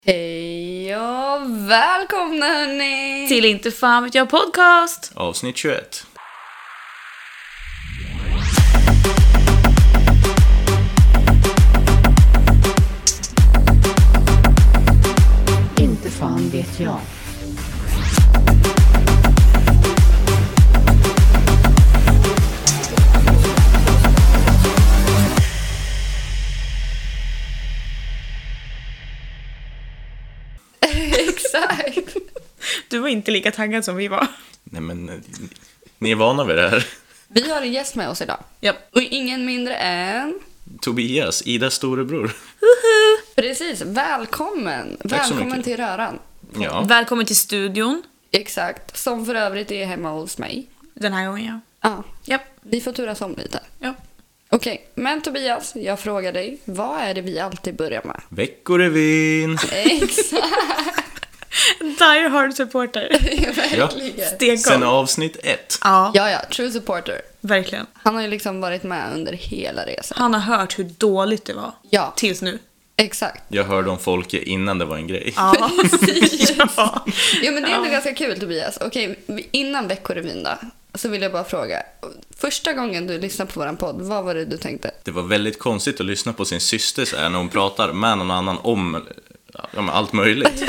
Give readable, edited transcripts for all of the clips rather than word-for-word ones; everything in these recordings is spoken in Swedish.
Hej och välkomna hörni till Inte fan vet jag podcast. Avsnitt 21. Inte fan vet jag. Exakt. Du var inte lika taggad som vi var. Nej men, ni är vana vid det här. Vi har en gäst med oss idag. Japp. Och ingen mindre än... Tobias, Idas storebror. Precis, välkommen. Tack så Välkommen mycket. till röran. Ja, Välkommen till studion. Exakt, som för övrigt är hemma hos mig. Den här gången, ja. Ja, Japp. vi får turas om lite. Ja. Okej, men Tobias, jag frågar dig. Vad är det vi alltid börjar med? Veckorevyn. Exakt. Die hard supporter. Verkligen. Stenkoll. Sen avsnitt 1. Ja, Ja, true supporter. verkligen. Han har ju liksom varit med under hela resan. Han har hört hur dåligt det var. Ja, Tills nu. exakt. Jag hörde om Folke innan det var en grej. Ja. Ja. Ja, men det är ändå ganska kul, Tobias. Okej, innan veckorevyn då, så vill jag bara fråga. Första gången du lyssnade på våran podd, vad var det du tänkte? Det var väldigt konstigt att lyssna på sin syster så här, när hon pratar med någon annan om allt möjligt.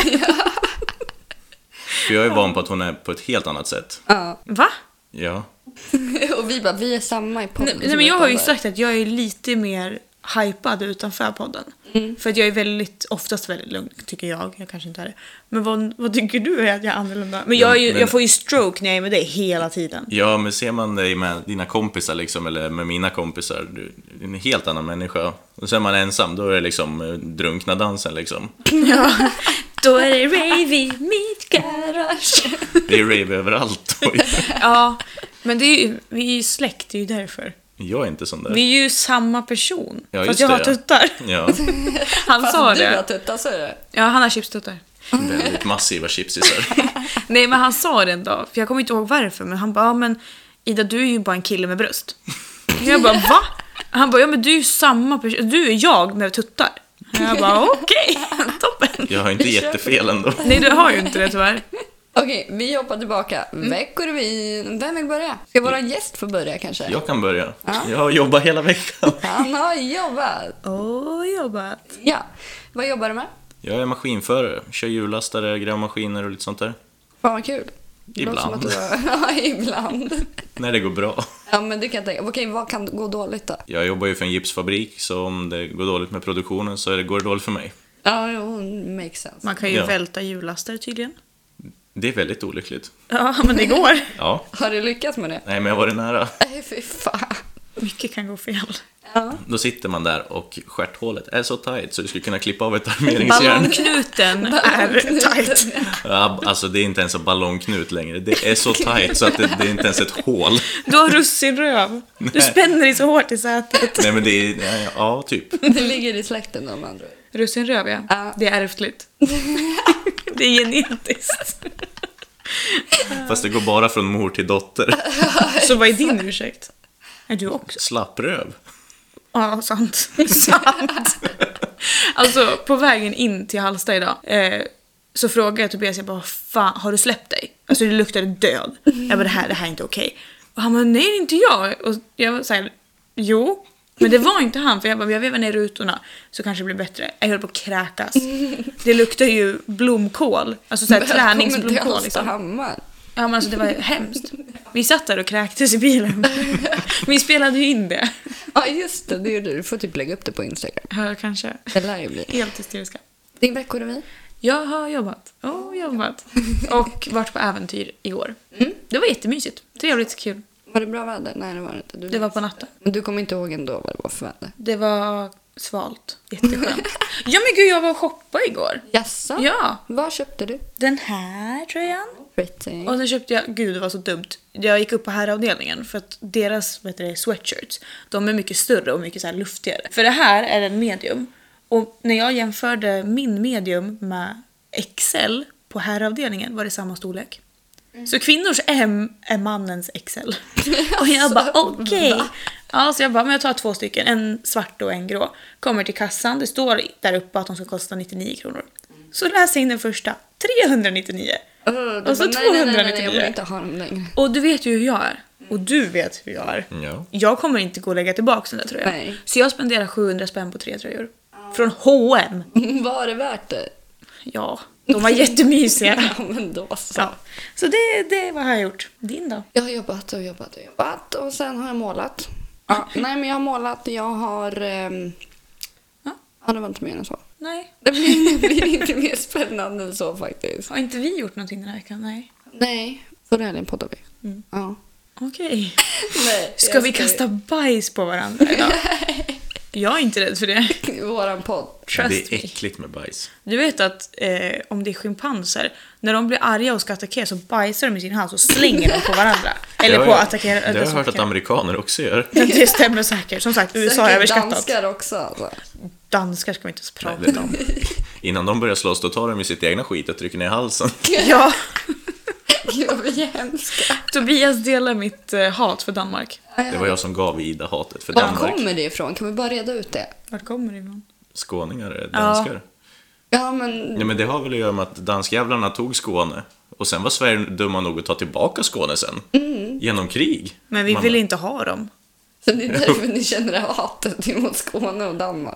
För jag är van på att hon är på ett helt annat sätt. Ja. Va? Ja. Och vi bara, vi är samma i podden. Nej, men jag har ju sagt att jag är lite mer hypad utanför podden. För att jag är oftast väldigt lugn, tycker jag. Jag kanske inte är det. Men vad tycker du är att jag är annorlunda? Men jag får ju stroke när jag är med dig hela tiden. Ja, men ser man dig med dina kompisar liksom, eller med mina kompisar, du är en helt annan människa. Och sen är man ensam, då är det liksom drunkna dansen liksom. Ja, då är det rave i mitt garage. Det är rave överallt. Ja, men det är ju, vi är ju släkt, det är ju därför. Jag är inte sån där. Vi är ju samma person. Ja, fast just jag det, har ja. tuttar. Ja, Han Fast sa du har det. tuttar, så är det. Ja, han har chipstuttar. väldigt massiva chipsisar. Nej, men han sa det en dag. För jag kommer inte ihåg varför. Men han bara, ja, men Ida, du är ju bara en kille med bröst. Jag bara, va? Han bara, ja, men du är ju samma person. Du är jag med tuttar. Jag bara, okej, toppen. Jag har inte jättefel ändå. Nej, du har ju inte det tyvärr. Okej, vi hoppar tillbaka. Veckorevyn. Vem vill börja? Ska våran gäst få börja kanske? Jag kan börja. Jag har jobbat hela veckan. Han har jobbat. Jobbat. Ja, vad jobbar du med? Jag är maskinförare. Kör hjullastare, grävmaskiner och lite sånt där. Fan vad kul. Det låter som Ibland. att du har... Ja, ibland. När det går bra. Ja, men det kan jag tänka. Okej, vad kan gå dåligt då? Jag jobbar ju för en gipsfabrik, så om det går dåligt med produktionen så går det dåligt för mig. Ja, jo, makes sense. Man kan ju Ja. välta hjullaster tydligen. Det är väldigt olyckligt. Ja, men det går. Ja. Har du lyckats med det? Nej, men jag var nära. Nej, fy fan. Mycket kan gå fel. Ja. Då sitter man där och stjärthålet är så tight så du skulle kunna klippa av ett armeringsjärn. Ballongknuten är tight. Ja, alltså det är inte ens en ballongknut längre. Det är så tight så att det är inte ens ett hål. Du har russinröv. Du spänner dig så hårt i sätet. Nej, men det är, ja, typ. Det ligger i släkten om andra. Russinröv, ja. Ja. Det är ärftligt. Det är genetiskt. Fast det går bara från mor till dotter. Så vad är din ursäkt? Är du också? Slappröv. Ja, sant. Sant. Alltså, på vägen in till Hallsta idag så frågade jag Tobias, jag bara, fan, har du släppt dig? Alltså, det luktade död. Jag bara, det här är inte okej. Och han bara, nej, det är inte jag. Och jag var såhär, jo. Men det var inte han, för jag bara, jag vevar ner rutorna så kanske det blir bättre. Jag höll på att kräkas. Det luktar ju blomkål. Alltså såhär träningsblomkål liksom. Hammar. Ja, men alltså det var hemskt. Vi satt där och kräktes i bilen. Vi spelade ju in det. Ja, just det. Det gjorde du. Du får typ lägga upp det på Instagram. Ja, kanske. Det lär ju bli. Helt hysteriska. Din veckorevy? Jag har jobbat. Och varit på äventyr igår. Det var jättemysigt. Trevligt, kul. Var det bra väder? Nej, det var det inte. Det var på natten. Men du kommer inte ihåg ändå vad det var för väder? Det var svalt. Jätteskönt. Ja, men gud, jag var och shoppade igår. Jaså? Ja. Vad köpte du? Den här tröjan. Pretty. Och sen köpte jag, gud det var så dumt. Jag gick upp på herravdelningen för att deras sweatshirts, de är mycket större och mycket så här luftigare. För det här är en medium. Och när jag jämförde min medium med XL på herravdelningen var det samma storlek. Så kvinnors M är mannens XL. Och jag bara okej. Ja, så jag bara, men jag tar 2 stycken. En svart och en grå. Kommer till kassan. Det står där uppe att de ska kosta 99 kronor. Så läser jag in den första 399. Och så 299. Nej, jag vill inte ha dem längre. Och du vet ju hur jag är. Och du vet hur jag är. Ja. Jag kommer inte gå och lägga tillbaka den där tröjan. Nej. Så jag spenderar 700 spänn på 3 tröjor. Från H&M. Var det värt det? Ja, de var jättemysiga. Ja, men då så. Ja. Så det är vad jag har gjort. Din då? Jag har jobbat och sen har jag målat. Ja, nej, men jag har målat. Jag har... Ja, det var inte mer än så. Nej. Det blir inte mer spännande än så faktiskt. Har inte vi gjort någonting den här veckan? Nej. Nej, förra helgen poddade vi. Ja. Okej. Nej, Ska vi kasta bajs på varandra idag? Jag är inte rädd för det. Våran podd. Trust Det är me. äckligt med bajs. Du vet att om det är schimpanser, när de blir arga och ska attackera så bajsar de i sin hals och slänger dem på varandra. Eller Det på har jag- attackera. Det har jag hört att amerikaner också gör. Det stämmer säkert. Som sagt, USA är Säkert överskattat. danskar också. Alltså. Danskar ska vi inte ens prata Nej, om. Innan de börjar slåss, då tar de i sitt egna skit och trycker ner i halsen. Ja, Gud, vad vi är hemska. Tobias delar mitt hat för Danmark. Det var jag som gav Ida hatet för Var Danmark. kommer det ifrån? Kan vi bara reda ut det? Vart kommer det ifrån? Skåningar är danskar. Ja, men... Ja, men det har väl att göra med att danskjävlarna tog Skåne. Och sen var Sverige dumma nog att ta tillbaka Skåne sen. Genom krig. Men vi Man- vill inte ha dem. Så det är därför ni känner det här hatet mot Skåne och Danmark.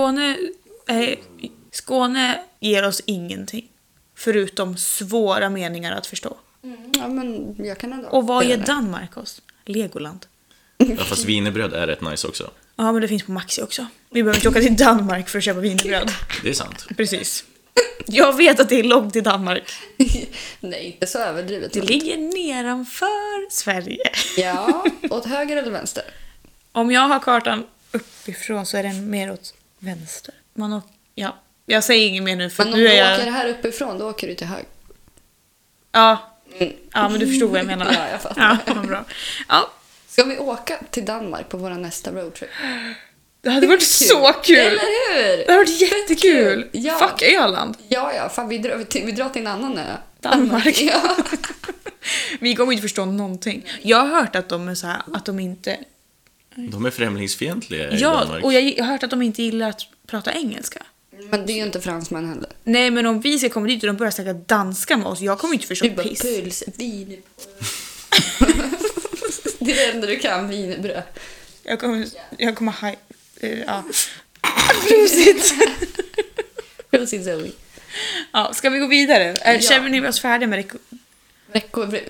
Skåne ger oss ingenting. Förutom svåra meningar att förstå. Ja, men jag kan ändå... Och vad ger göra det. Danmark oss? Legoland. Ja, fast wienerbröd är rätt nice också. Ja, men det finns på Maxi också. Vi behöver inte åka till Danmark för att köpa wienerbröd. Det är sant. Precis. Jag vet att det är långt till Danmark. Nej, inte så överdrivet. Det ligger nedanför Sverige. Ja, åt höger eller vänster? Om jag har kartan uppifrån så är den mer åt vänster. Ja, jag säger inget mer nu för Men om nu du är jag... åker här uppifrån, då åker du till höger. Ja. Ja, men du förstod vad jag menar. Ja, jag fattar. Ja, vad bra. Ja, Ska vi åka till Danmark på vår nästa roadtrip? det hade varit så kul. Eller hur? Det hade varit jättekul. Ja. Fuck Öland. Ja, fan vi drar till en annan ö. Danmark. Ja. Vi kommer inte förstå någonting. Jag har hört att de är så här, att de inte... De är främlingsfientliga i Ja, Danmark. och jag har hört att de inte gillar att prata engelska. Men det är ju inte fransmän heller. Nej, men om vi ska komma dit och de börjar snacka danska med oss, jag kommer inte förstå Du bara piss. puls, vin. Det är det enda du kan, wienerbröd. Jag kommer ja. Prosit. Prosit Zoe. Ja, ska vi gå vidare? Ja. Känner ni oss färdiga med Räckorevy.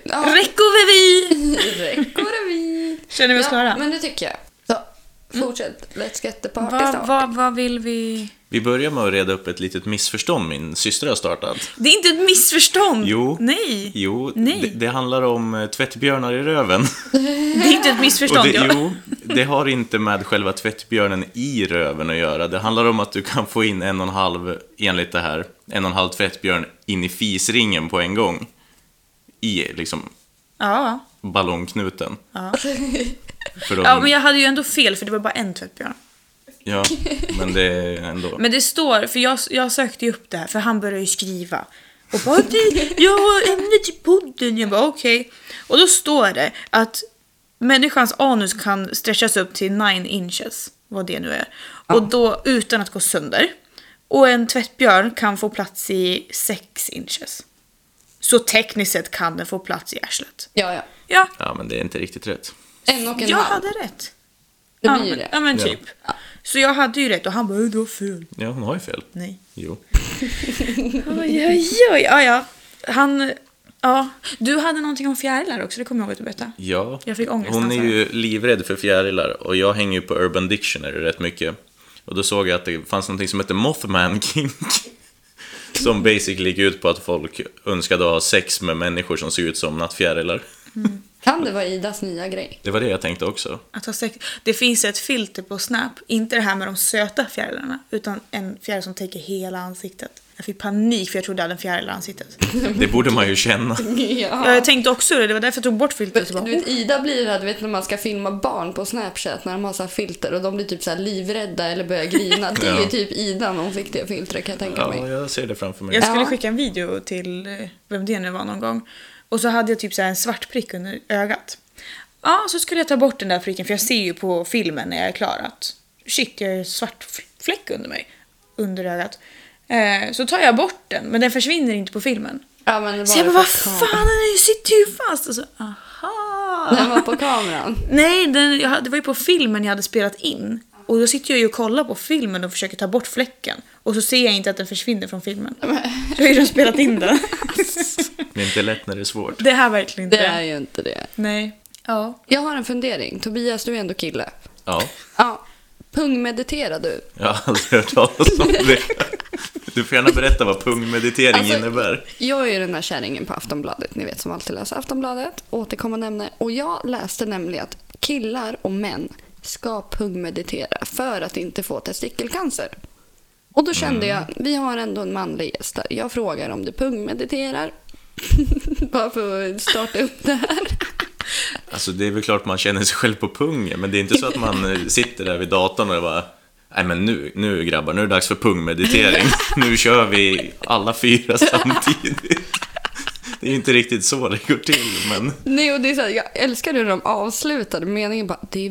Räckorevy. Känner vi oss klara? Men det tycker jag. Så, fortsätt. Let's get the party started. Vad vill vi... Vi börjar med att reda upp ett litet missförstånd min syster har startat. Det är inte ett missförstånd. Jo. Nej. Jo, Nej. det handlar om tvättbjörnar i röven. Det är inte ett missförstånd. Jo, det har inte med själva tvättbjörnen i röven att göra. Det handlar om att du kan få in 1,5, enligt det här, 1,5 tvättbjörn in i fisringen på en gång. I liksom Ja. ballongknuten. Ja. För Ja, men jag hade ju ändå fel för det var bara en tvättbjörn. Ja, men det är ändå... Men det står, för jag sökte ju upp det här för han började ju skriva. Och bara, jag har ämne till podden. Jag bara, okej. Och då står det att människans anus kan stretchas upp till 9 inches. Vad det nu är. Och då utan att gå sönder. Och en tvättbjörn kan få plats i 6 inches. Så tekniskt sett kan den få plats i arslet. Ja. Ja, Ja, men det är inte riktigt rätt. En och en jag halv. hade rätt. Det Ja, blir ju men, det. ja, men Ja. typ. Så jag hade ju rätt och han bara, du har fel. Ja, hon har ju fel. Nej. Jo. Oj. Ja. Ja. Du hade någonting om fjärilar också, det kommer jag ihåg att du berättade. Ja, Jag fick ångest hon är nästan. ju livrädd för fjärilar och jag hänger ju på Urban Dictionary rätt mycket. Och då såg jag att det fanns någonting som heter Mothman Kink. Som basically gick ut på att folk önskade ha sex med människor som ser ut som nattfjärilar. Kan det vara Idas nya grej? Det var det jag tänkte också. Att ha sex. Det finns ett filter på Snap, inte det här med de söta fjärilarna, utan en fjäril som täcker hela ansiktet. Jag fick panik för jag trodde jag hade en fjäril i ansiktet. Det borde man ju känna. Ja, jag tänkte också det var därför jag tog bort filtret. Du vet, Ida blir det, du vet när man ska filma barn på Snapchat när de har så här filter och de blir typ så här livrädda eller börjar grina. Det är Ja. typ Ida när hon fick det filtret, kan jag tänka Ja, mig. jag ser det framför mig. Jag skulle Ja. skicka en video till vem det nu var någon gång. Och så hade jag typ så här en svart prick under ögat. Ja, så skulle jag ta bort den där pricken för jag ser ju på filmen när jag är klar att shit, jag har en svart fläck under mig. Under ögat. Så tar jag bort den, men den försvinner inte på filmen. Ja, men det Så jag bara, var vad fan, den sitter ju fast. Och så, aha. Den var på kameran. Nej, det var ju på filmen jag hade spelat in. Och då sitter jag ju och kollar på filmen och försöker ta bort fläcken. Och så ser jag inte att den försvinner från filmen. Så har ju spelat in den. Det är inte lätt när det är svårt. Det här är verkligen inte Det är ju inte det. Nej. Ja. Jag har en fundering. Tobias, du är ändå kille. Ja, Ja, pungmediterar du? jag har aldrig hört talas om det. Du får gärna berätta vad pungmeditering innebär. Jag är ju den här kärringen på Aftonbladet, ni vet, som alltid läser Aftonbladet, återkommande ämne. Och jag läste nämligen att killar och män ska pungmeditera för att inte få testikelcancer. Och då kände jag, vi har ändå en manlig gäst där. Jag frågar om du pungmediterar. Bara för att starta upp det här. Alltså det är väl klart man känner sig själv på pungen, men det är inte så att man sitter där vid datorn och bara, nej men nu grabbar, nu är det dags för pungmeditering. Nu kör vi alla 4 samtidigt. Det är ju inte riktigt så det går till, men... Nej, och det är så här, jag älskar hur de avslutade meningen bara, det är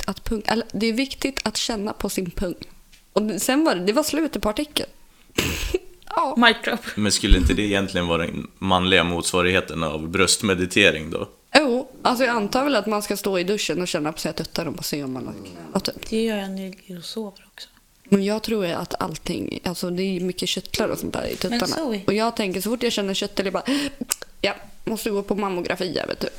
viktigt att känna på sin pung. Och sen var det var slutet på artikeln. Ja. Mic drop. Men skulle inte det egentligen vara den manliga motsvarigheten av bröstmeditering då? Jo, alltså jag antar väl att man ska stå i duschen och känna på sig tuttar och bara se om man har knäna, typ. Det gör jag när jag och sover också. Men jag tror att allting, alltså det är mycket köttlar och sånt där i tuttarna. Zoe. Och jag tänker så fort jag känner köttel, jag bara, ja, måste gå på mammografi, jag vet du.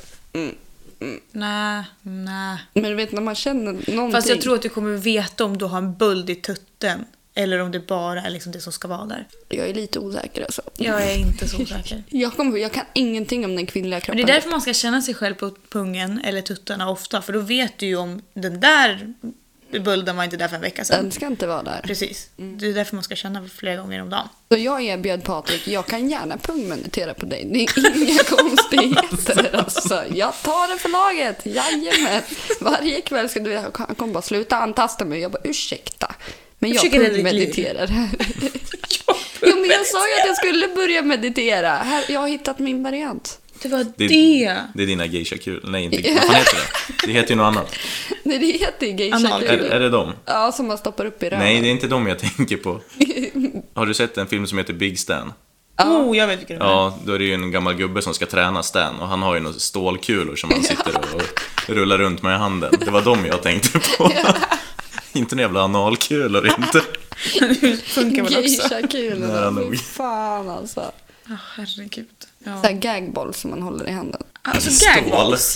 Nej. Men du vet när man känner någonting. Fast jag tror att du kommer veta om du har en böld i tutten. Eller om det bara är liksom det som ska vara där. Jag är lite osäker alltså. Jag är inte så säker. Jag kan ingenting om den kvinnliga kroppen. Men det är därför man ska känna sig själv på pungen eller tuttarna ofta. För då vet du ju om den där bulden var inte där för en vecka sedan. Den ska inte vara där. Precis. Det är därför man ska känna flera gånger om dagen. Så jag erbjöd Patrik, jag kan gärna pungmeditera på dig. Det är inga konstigheter. Alltså. Jag tar det för laget. Jajamän. Varje kväll ska du, han kommer bara sluta antasta mig. Jag bara, ursäkta. Men jag pungmediterar här. Jo, men jag sa ju att jag skulle börja meditera. Här, jag har hittat min variant. Det var Det är dina geisha-kulor. Nej, inte. Vad fan heter det? Det heter ju något annat. Nej, det heter geisha-kulor. Är det dem? Ja, som man stoppar upp i röven. Nej, det är inte dem jag tänker på. Har du sett en film som heter Big Stan? Jag vet vilken det är. Ja, då är det ju en gammal gubbe som ska träna Stan. Och han har ju några stålkulor som han sitter och rullar runt med i handen. Det var dem jag tänkte på. Inte några jävla analkulor, inte. Det funkar väl också. Geisha-kulor. Nära nog. Fan alltså. Herregud. Ja. Så här gagboll som man håller i handen. Alltså gagballs.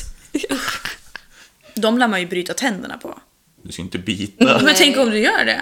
De lär man ju bryta tänderna på. Du ska inte bita. Men tänk om du gör det.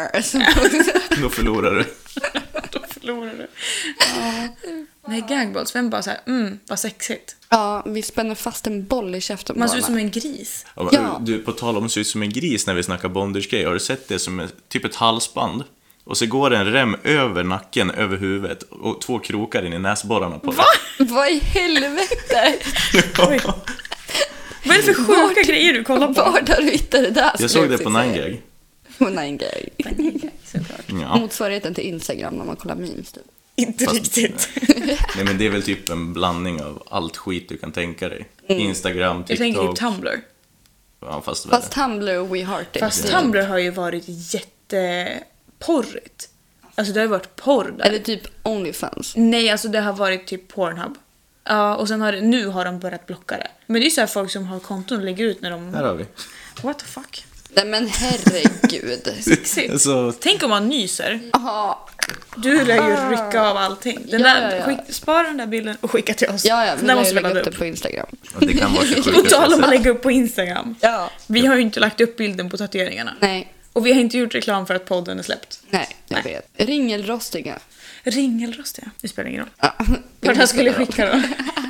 Då förlorar du. Då förlorar du. Ja. Nej, gagballs. Vem bara så här, vad sexigt. Ja, vi spänner fast en boll i käften på Man ser ut varandra. som en gris. Ja. Du, på tal om att se ut som en gris när vi snackar bondage-grej. Har du sett det som typ ett halsband? Och så går det en rem över nacken, över huvudet. Och 2 krokar in i näsborrarna på det. Vad i helvete? Oj. Vad är det för sjuka grejer du kollar på? Var där du hittade det där? Jag såg det på 9gag. På 9gag. Ja. Motsvarigheten till Instagram när man kollar memes typ. Inte riktigt. Nej, men det är väl typ en blandning av allt skit du kan tänka dig. Instagram, Jag TikTok. tänker typ Tumblr. Ja, fast Tumblr och We Heart It. Fast Tumblr har ju varit jätteporrigt. Alltså det har ju varit porr där. Eller typ OnlyFans. Nej, alltså det har varit typ Pornhub. Ja, och sen nu har de börjat blocka det. Men det är så här folk som har konton och lägger ut när de... Här har vi. What the fuck? Nej men herregud. Sexigt. Alltså, Tänk om man nyser. Jaha. Du lär ju rycka av allting. Den där, Ja. Spara den där bilden och skicka till oss. Ja, Den där måste vi lägga ladda upp upp. det på Instagram. och det kan vara så På sjukt. tal om att lägga upp på Instagram. Ja. Vi har ju inte lagt upp bilden på tatueringarna. Nej, Och vi har inte gjort reklam för att podden är släppt. nej, jag vet. Ringelrostiga. Ringelrost, ja. Det spelar ingen roll. Ja. Vart jag skulle skicka då.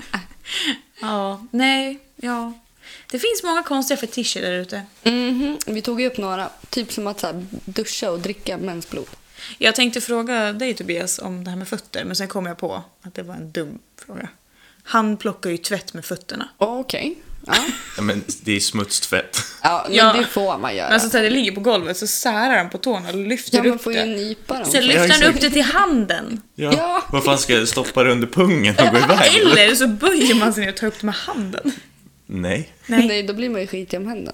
Ja, nej, ja. Det finns många konstiga fetischer där ute. Vi tog ju upp några. Typ som att så här, duscha och dricka mensblod. Jag tänkte fråga dig Tobias om det här med fötter. Men sen kom jag på att det var en dum fråga. Han plockar ju tvätt med fötterna. Okej. Ja. Ja, men det är smutstvätt. Ja, men Ja. det får man göra. Men alltså när det ligger på golvet så särar han på tårna och lyfter Ja, man upp får ju det. nypa dem. Sen lyfter han upp det till handen. Ja. Vad fan ska jag stoppa det under pungen och gå iväg? Eller så böjer man sig ner och tar upp det med handen. Nej. Nej. Nej, då blir man ju skitig om händerna.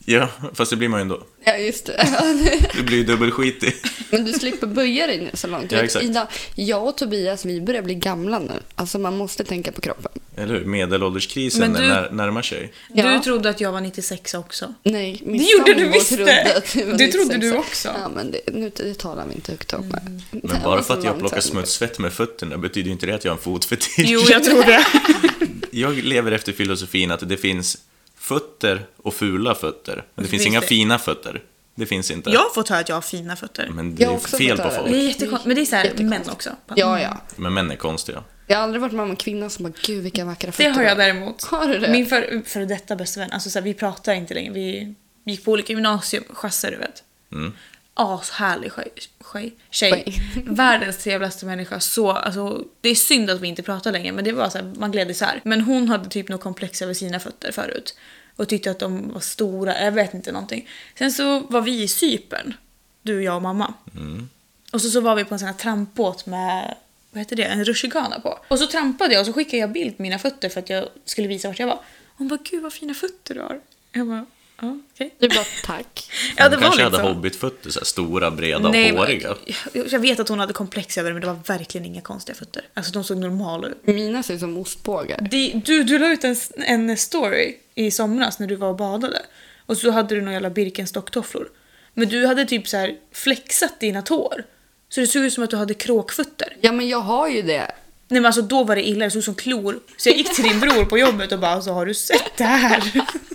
Ja, fast det blir man ju ändå. Ja, just det. Du blir ju dubbelskitig. Men du slipper böja dig nu så långt. Ja, exakt. Ida, jag och Tobias, vi börjar bli gamla nu. Alltså man måste tänka på kroppen. Eller hur? Medelålderskrisen Men du- närmar sig. Ja. Du trodde att jag var 96 också. Nej, min Det gjorde du sambo visst trodde det. att vi var Det trodde 96. du också. Ja, men det talar vi inte högt om. Men bara för att jag plockar smutsvett med fötterna betyder ju inte det att jag har en fotfetisch. Jo, jag tror det. Jag lever efter filosofin att det finns fötter och fula fötter. Men det finns finns inga det. fina fötter. Det finns inte. Jag har fått höra att jag har fina fötter. Men det Jag har är också fel fått på höra folk. Det är jättekonstigt. Men det är så här Jättekonstigt. män också. Ja. Men män är konstiga. Jag har aldrig varit med om en kvinna som bara, gud vilka vackra Det fötter. har jag däremot. Har du det? Min för detta bästa vän, alltså så här, vi pratar inte längre. Vi gick på olika gymnasieklasser, du vet. Mm. Ashärlig tjej. Världens trevligaste människa. Så, alltså, det är synd att vi inte pratar längre, men det var så här, man gled isär. Men hon hade typ något komplex över sina fötter förut. Och tyckte att de var stora, jag vet inte någonting. Sen så var vi i Cypern, du, jag och mamma. Och så var vi på en sån här trampbåt med, vad heter det, en rutschkana på. Och så trampade jag och så skickade jag bild på mina fötter för att jag skulle visa vart jag var. Hon bara, gud vad fina fötter du har. Jag bara, ja, okej. Du bara, tack. Ja, det Hon var kanske liksom... hade hobbitfötter, så här stora, breda och Nej, håriga. jag vet att hon hade komplex över det, men det var verkligen inga konstiga fötter. Alltså de såg normala ut. Mina ser ut som ostbågar. Du la ut en story i somras när du var och badade. Och så hade du några jävla Birkenstock-tofflor. Men du hade typ så här flexat dina tår. Så det såg ut som att du hade kråkfötter. Ja, men jag har ju det. Nej, men alltså då var det illa, det såg ut som klor. Så jag gick till din bror på jobbet och bara, alltså, har du sett det här?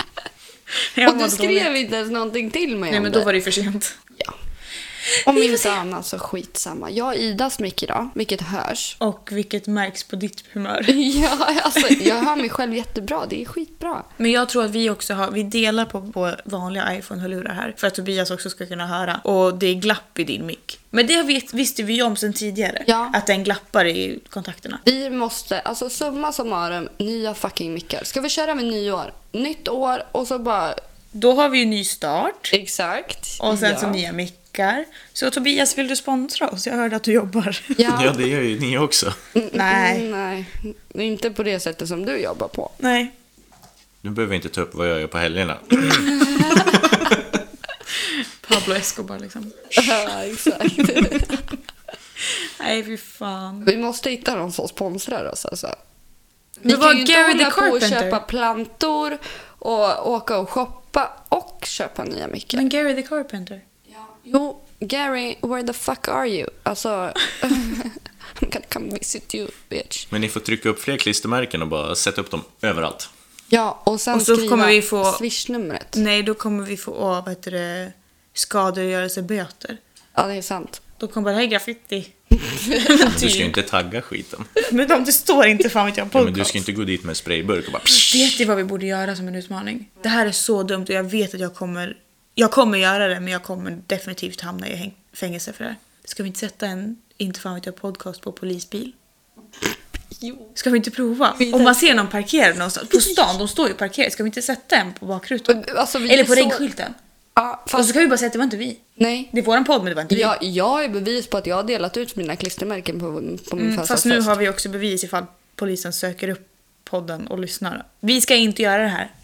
Jag Och du mådde skrev dåligt. inte ens någonting till mig Nej, om men då var det ju för sent. Ja. Om inte annat så skitsamma. Jag har Idas mick idag, vilket hörs. Och vilket märks på ditt humör. Ja, alltså jag hör mig själv jättebra. Det är skitbra. Men jag tror att vi också vi delar på vanliga iPhone-hörlurar här. För att Tobias också ska kunna höra. Och det är glapp i din mick. Men det visste vi om sedan tidigare. Ja. Att den glappar i kontakterna. Vi måste, alltså summa summarum, nya fucking mickar. Ska vi köra med nyår? Nytt år och så bara... Då har vi ju ny start. Exakt. Och sen ja. så nya mickar. Så Tobias, vill du sponsra oss? Jag hörde att du jobbar. Ja, Ja, det gör ju ni också. Nej. Nej, inte på det sättet som du jobbar på. Nej. Nu behöver vi inte ta upp vad jag gör på helgerna. Pablo Escobar liksom. Ja, exakt. Nej, fy fan. Vi måste hitta någon som sponsrar oss alltså. Vi Men vad kan ju inte Gary the hålla på och Carpenter? köpa plantor och åka och shoppa och köpa nya mickar. Men Gary the Carpenter. Jo, Gary, where the fuck are you? Alltså, I'm gonna come visit you, bitch. Men ni får trycka upp fler klistermärken och bara sätta upp dem överallt. Ja, och sen Och så skriva kommer vi få- swishnumret. Nej, då kommer vi få, vad heter det, skadegörelseböter. Ja, det är sant. Då kommer bara, det här är graffiti. Du ska ju inte tagga skiten. Men om det står inte, fan vet jag, Ja, podcast. men du ska inte gå dit med en sprayburk och bara... Vet du vad vi borde göra som en utmaning? Det här är så dumt och jag vet att jag kommer göra det, men jag kommer definitivt hamna i fängelse för det här. Ska vi inte sätta en inte fan vet jag podcast på polisbil? Jo. Ska vi inte prova? Om man ser någon parkerad någonstans på stan, de står ju parkerade. Ska vi inte sätta en på bakrutan? Alltså, vi Eller är på så- regnskylten? Ja, Och fast... så kan vi bara säga att det var inte vi. Nej. Det är våran podd, men det var inte vi. Jag är bevis på att jag har delat ut mina klistermärken på min Fast nu har vi också bevis ifall polisen söker upp podden och lyssnar. Vi ska inte göra det här.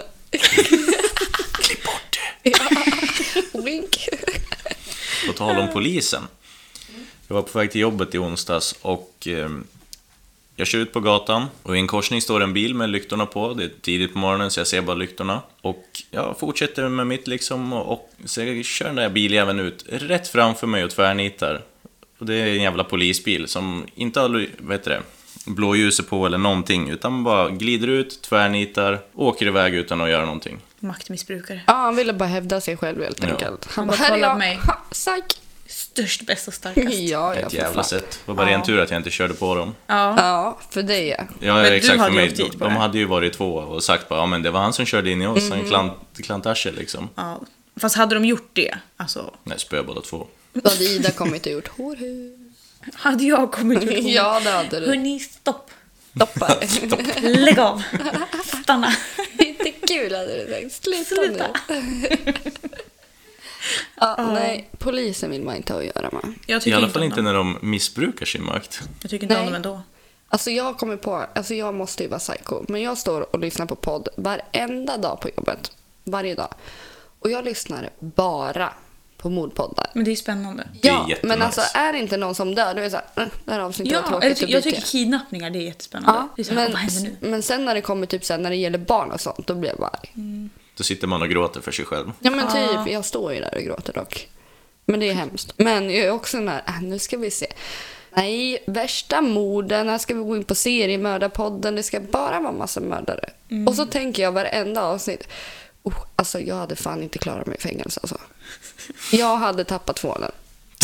Klipp bort det! Wink. På tal om polisen. Jag var på väg till jobbet i onsdags och jag kör ut på gatan och i en korsning står en bil med lyktorna på. Det är tidigt på morgonen så jag ser bara lyktorna. Och jag fortsätter med mitt liksom och så kör den där biljäveln ut rätt framför mig och tvärnitar. Och det är en jävla polisbil som inte har, blåljuset på eller någonting utan bara glider ut, tvärnitar, åker iväg utan att göra någonting. Maktmissbrukare. Ja, han ville bara hävda sig själv helt Ja. enkelt. Han bara, här är kolla jag. på mig. Ha, psych. Störst, bäst och starkast. Ja, Ett för jävla fan. sätt. Det var bara ren tur att jag inte körde på dem. Ja. Ja, för det är. Ja, Men du exakt, hade för mig. ju åkt dit på De det. hade ju varit två och sagt bara, ja men det var han som körde in i oss, en klantarsel liksom. Ja. Fast hade de gjort det, alltså, Nej, spö båda två. Då hade Ida kommit och gjort horhus. hade jag kommit ut. Ja, det hade du. Hörni, stopp. Stoppar. Lägg av. Stanna. Inte kul hade du tänkt. Sluta nu. Ja, nej, polisen vill man inte ha att göra med. Jag I tycker alla inte fall om inte dem. när de missbrukar sin makt. Jag tycker inte om Nej. dem ändå. Alltså jag kommer på, alltså jag måste ju vara psycho, men jag står och lyssnar på podd varenda dag på jobbet. Varje dag. Och jag lyssnar bara på mordpoddar. Men det är spännande. Det är Ja, jättenice. men alltså är det inte någon som dör, då är det såhär, det här avsnittet var Ja, tråkigt. jag tycker kidnappningar, det är jättespännande. Ja, Det är så här, vad händer nu? men sen när det kommer typ såhär, när det gäller barn och sånt, då blir jag bara arg. Då sitter man och gråter för sig själv. Ja men typ, jag står ju där och gråter dock. Men det är hemskt. Men jag är också den här, nu ska vi se. Nej, värsta morden, här ska vi gå in på seriemördarpodden, det ska bara vara massa mördare. Och så tänker jag varenda avsnitt, alltså jag hade fan inte klarat mig i fängelse alltså. Jag hade tappat tvålen.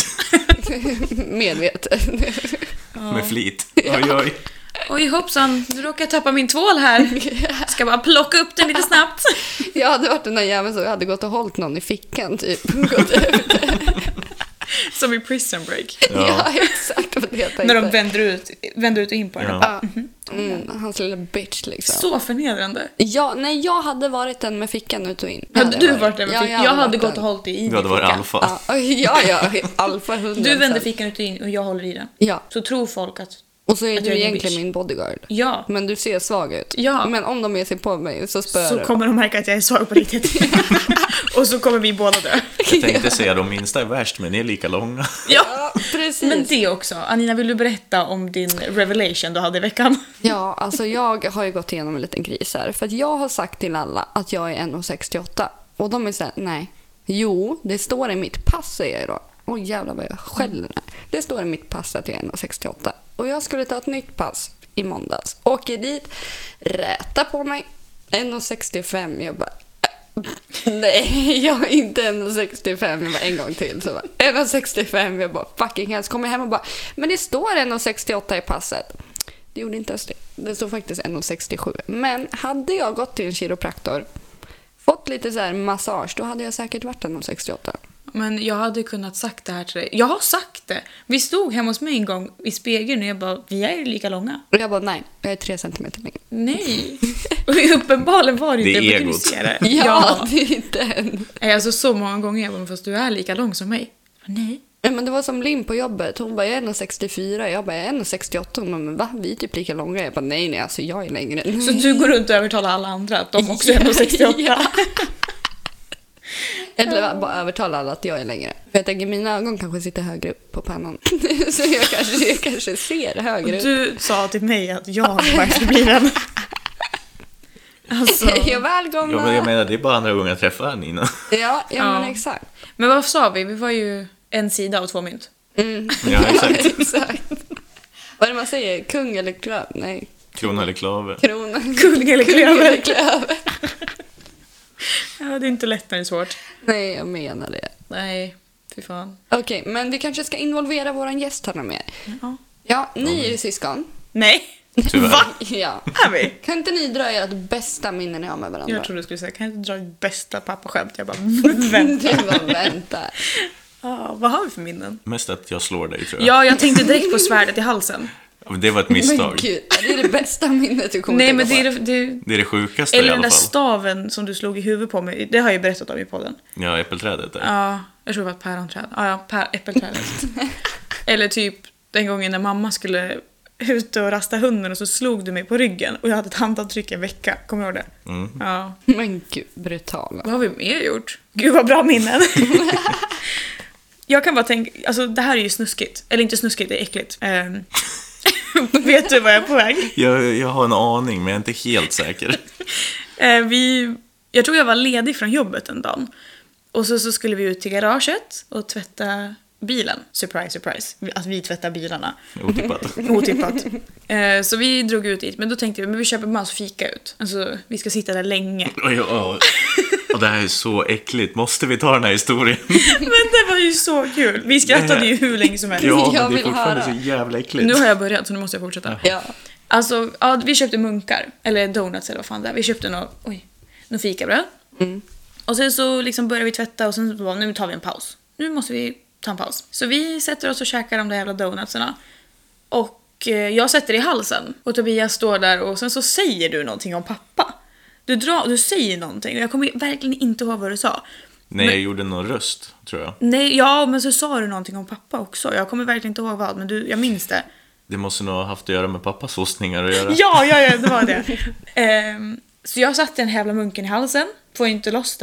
Medvetet. Med flit. Oj, oj. Oj hoppsan, nu råkar jag tappa min tvål här. Ska bara plocka upp den lite snabbt. Jag hade varit den där jäveln så jag hade gått och hållit någon i fickan typ. Gått ut. Som i Prison Break. Ja, exakt vad det jag tänkte. När de vänder ut och in på den. Ja. Hans lilla bitch liksom. Så förnedrande. Ja, nej, jag hade varit den med fickan ut och in. Hade du varit där? Ja, Jag hade varit gått den. och hållit i Du hade varit fickan. alfa. Ja, alfa 100%. Du vänder fickan ut och in och jag håller i den. Ja, Så tror folk att... och så är Att du jag är din egentligen bitch. min bodyguard. Ja. Men du ser svag ut. Ja. Men om de ger sig på mig så spöar Så du. kommer de märka att jag är svag på riktigt. Och så kommer vi båda dö. Jag tänkte säga de minsta är värst, men ni är lika långa. Ja. Ja, precis. Men det också. Anina, vill du berätta om din revelation du hade i veckan? Ja, alltså jag har ju gått igenom en liten kris här. För att jag har sagt till alla att jag är 1,68. Och de är såhär, nej. Jo, det står i mitt pass, säger jag då. Oj jävlar vad jag skäller här. Det står i mitt pass att jag är 1,68. Och jag skulle ta ett nytt pass i måndags. Åker dit, räta på mig. 1,65. Jag bara, nej, jag är inte 1,65. Jag bara en gång till. Så bara, 1,65. Jag bara, fucking hell. Så kommer jag hem och bara, men det står 1,68 i passet. Det gjorde inte ens det. Det stod faktiskt 1,67. Men hade jag gått till en kiropraktor, fått lite så här massage, då hade jag säkert varit 1,68. Men jag hade kunnat sagt det här till dig. Jag har sagt det. Vi stod hemma hos mig en gång i spegeln och jag bara, vi är lika långa. Och jag bara, nej, jag är 3 centimeter längre. Nej. Och uppenbarligen var det Det inte. är Vad kan du egot. se det? Ja, det är den. Alltså så många gånger jag bara, fast du är lika lång som mig. Nej. Ja, men det var som Lim på jobbet. Hon bara, jag är 1,64. Jag bara, jag är 1,68. Hon bara, men va? Vi är typ lika långa. Jag bara, nej, alltså jag är längre. Så du går runt och övertalar alla andra att de också är 1,68. Ja. Eller bara övertala alla att jag är längre. För jag tänker, mina ögon kanske sitter högre upp på pannan. Så jag kanske ser högre upp. Du sa till mig att jag hade varit förbliven. Alltså. Jag välkomna. Ja, men jag menar, det är bara andra gången jag träffar Nina. Ja, Ja. men exakt. Men vad sa vi? Vi var ju en sida av 2 mynt. Ja, exakt. Exakt. Vad är det man säger? Kung eller klöv? Nej, Krona eller klave. krona. Kung eller Kung eller klöver. klöver. Ja, det är inte lätt när det är svårt. Nej, jag menar det. Nej, fy fan. Okej, men vi kanske ska involvera våran gäst här mer. Ja. Ja, ni är ju syskon. Nej. Tyvärr. Va? Ja. Är vi? Kan inte ni dra ert bästa minnen ni har med varandra? Jag trodde du skulle säga, kan jag inte dra ditt bästa pappaskämt? Jag bara, vänta. Du bara vänta. Ja, vad har vi för minnen? Mest att jag slår dig, tror jag. Ja, jag tänkte direkt på svärdet i halsen. Ja, men det var ett Men misstag. gud, det är det bästa minnet du kommer Nej, tänka men det på. är det... Det är det sjukaste i Eller den alla där fall. staven som du slog i huvudet på mig. Det har jag ju berättat om i podden. Ja, äppelträdet där. Ja, jag tror det var ett päronträd. Ja, äppelträdet. Eller typ den gången när mamma skulle ut och rasta hunden och så slog du mig på ryggen och jag hade ett handavtryck en vecka. Kommer du ihåg det? Mm. Ja. Men gud, brutala. Vad har vi mer gjort? Gud vad bra minnen. Jag kan bara tänka, alltså det här är ju snuskigt. Eller inte snuskigt, det är äckligt. Vet du vad jag är på väg? Jag har en aning, men jag är inte helt säker. Jag tror jag var ledig från jobbet en dag. Och så skulle vi ut till garaget och tvätta bilen. Surprise, surprise. Att vi tvättar bilarna. Otippat. Otippat. Så vi drog ut dit. Men då tänkte vi, men vi köper bara så fika ut. Alltså, vi ska sitta där länge. Och det här är så äckligt. Måste vi ta den här historien? Men det var ju så kul. Vi skrattade ju hur länge som helst. Ja, Jag men det är vill fortfarande höra. så jävla äckligt. Nu har jag börjat så nu måste jag fortsätta. Ja. Alltså, ja, vi köpte munkar. Eller donuts eller vad fan det är. Vi köpte något fikabröd. Och sen så liksom började vi tvätta och sen så bara, nu tar vi en paus. Nu måste vi ta en paus. Så vi sätter oss och käkar de där jävla donutsarna. Och jag sätter i halsen. Och Tobias står där och sen så säger du någonting om pappa. Du säger någonting och jag kommer verkligen inte ihåg vad du sa. Nej, jag gjorde någon röst, tror jag. Nej, ja, men så sa du någonting om pappa också. Jag kommer verkligen inte ihåg vad, men jag minns det. Det måste nog ha haft att göra med pappas hostningar att göra. Ja, det var det. Så jag satte den jävla munken i halsen, får inte loss den.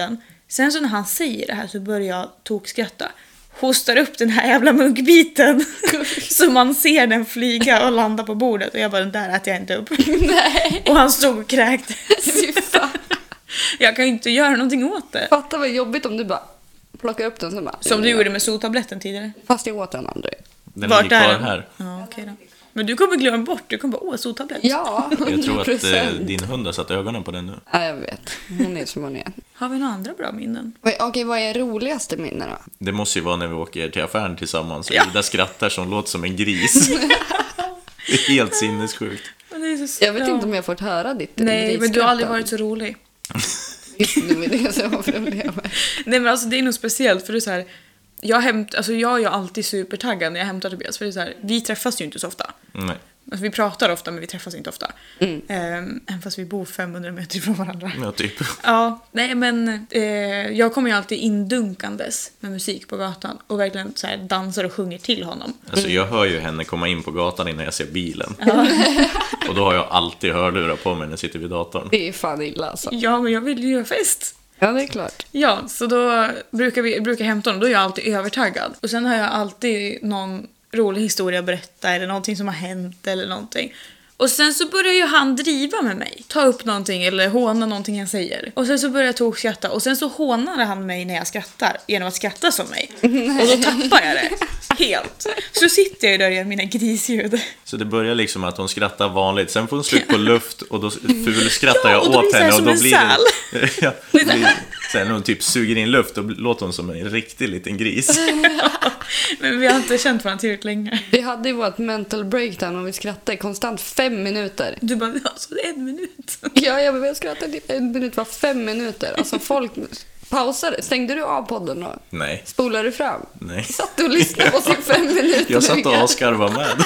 Sen så när han säger det här så börjar jag tokskratta. Hostar upp den här jävla muggbiten. Så man ser den flyga och landa på bordet. Och jag bara, den där äter jag inte upp. Nej. Och han stod och kräktes. Fy fan. Jag kan ju inte göra någonting åt det. Fatta vad jobbigt om du bara plockar upp den så bara... Som du gjorde med sotabletten tidigare. Fast jag åt den aldrig. Den Vart ligger är kvar den? här. Ja, okej då. Men du kommer glömma bort. Du kommer bara, sotablett. Ja, 100%. Jag tror att din hund har satt ögonen på den nu. Ja, jag vet. Hon är som hon är. Har vi några andra bra minnen? Okej, vad är roligaste minne då? Det måste ju vara när vi åker till affären tillsammans. Och Ida skrattar som låter som en gris. Det är helt sinnessjukt. Men det är så... Jag vet inte om jag har fått höra ditt Nej, men du har aldrig grisskratt. varit så rolig. Just nu är det som var problemet. Nej, men alltså det är nog speciellt för det är så här. Jag är ju alltid supertaggad när jag hämtar Tobias. För det är så här, vi träffas ju inte så ofta. Nej. Alltså, vi pratar ofta men vi träffas inte ofta. Även fast vi bor 500 meter ifrån varandra. Ja, typ. Ja, nej men jag kommer ju alltid indunkandes med musik på gatan. Och verkligen så här dansar och sjunger till honom. Alltså jag hör ju henne komma in på gatan innan jag ser bilen. Och då har jag alltid hörlurar på mig när jag sitter vid datorn. Det är fan illa alltså. Ja, men jag vill ju göra fest. Ja, det är klart. Ja, så då brukar jag hämta honom. Då är jag alltid övertaggad. Och sen har jag alltid någon rolig historia att berätta. Eller någonting som har hänt eller någonting. Och sen så börjar ju han driva med mig. Ta upp någonting eller håna någonting jag säger. Och sen så börjar jag tokskratta. Och sen så hånar han mig när jag skrattar. Genom att skratta som mig. Och då tappar jag det. Helt. Så sitter jag ju där och gör mina grisljud. Så det börjar liksom att hon skrattar vanligt. Sen får hon slut på luft och då fulskrattar jag och då åt blir det henne. så Och här då som blir en det... Ja, sen när hon typ suger in luft, då låter hon som en riktig liten gris. Men vi har inte känt varandra tillräckligt länge. Vi hade ju vårt mental breakdown och vi skrattade konstant 5 minuter. Du bara, alltså det är 1 minut. Ja, jag skrattade typ 1 minut var 5 minuter. Alltså folk pausade. Stängde du av podden då? Nej. Spolade du fram? Nej. Satt du och lyssnade på sin 5 minuter? Jag satt och askarvade med.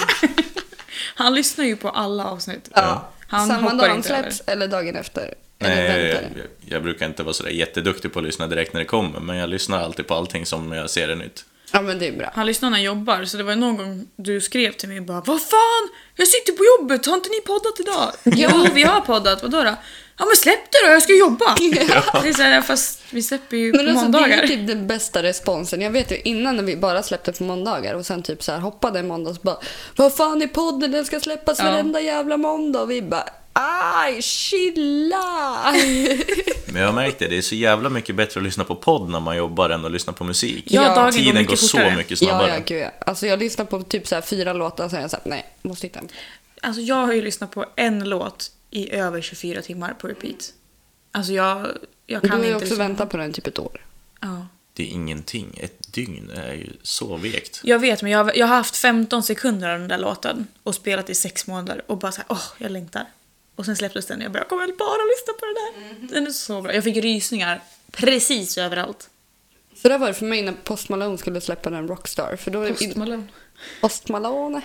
Han lyssnar ju på alla avsnitt. Ja. Han Samma hoppar dag han inte släpps eller dagen efter? Eller Nej, väntar? jag brukar inte vara sådär jätteduktig på att lyssna direkt när det kommer. Men jag lyssnar alltid på allting som jag ser det nytt. Ja, men det är bra. Han lyssnar när han jobbar, så det var någon gång du skrev till mig bara, vad fan, jag sitter på jobbet, har inte ni poddat idag? Jo, vi har poddat, vadå då? Ja, men släpp det då, jag ska jobba. Det är så här, fast vi släpper ju Men på alltså, måndagar. det är typ den bästa responsen. Jag vet ju innan när vi bara släppte på måndagar och sen typ så här hoppade en måndag och bara, vad fan är podden? Den ska släppas varenda jävla måndag. Och vi bara, aj, chilla! Men jag märkte det är så jävla mycket bättre att lyssna på podd när man jobbar än att lyssna på musik. Ja, dagen går Tiden mycket går så fortare. mycket Ja, snabbare. ja, gud ja. Alltså jag lyssnar på typ så här 4 låtar och sen jag sa nej, måste hitta en. Alltså jag har ju lyssnat på en låt i över 24 timmar på repeat. Alltså jag Du kan har ju inte också liksom... väntat på den typ ett år. Ja. Det är ingenting. Ett dygn är ju så vekt. Jag vet, men jag har haft 15 sekunder av den där låten och spelat i 6 månader och bara såhär, jag längtar. Och sen släpptes den och jag bara, jag kommer väl bara lyssna på den där. Den är så bra. Jag fick rysningar precis överallt. Så där var det för mig när Post Malone skulle släppa den Rockstar. För då Post Malone. Post Malone.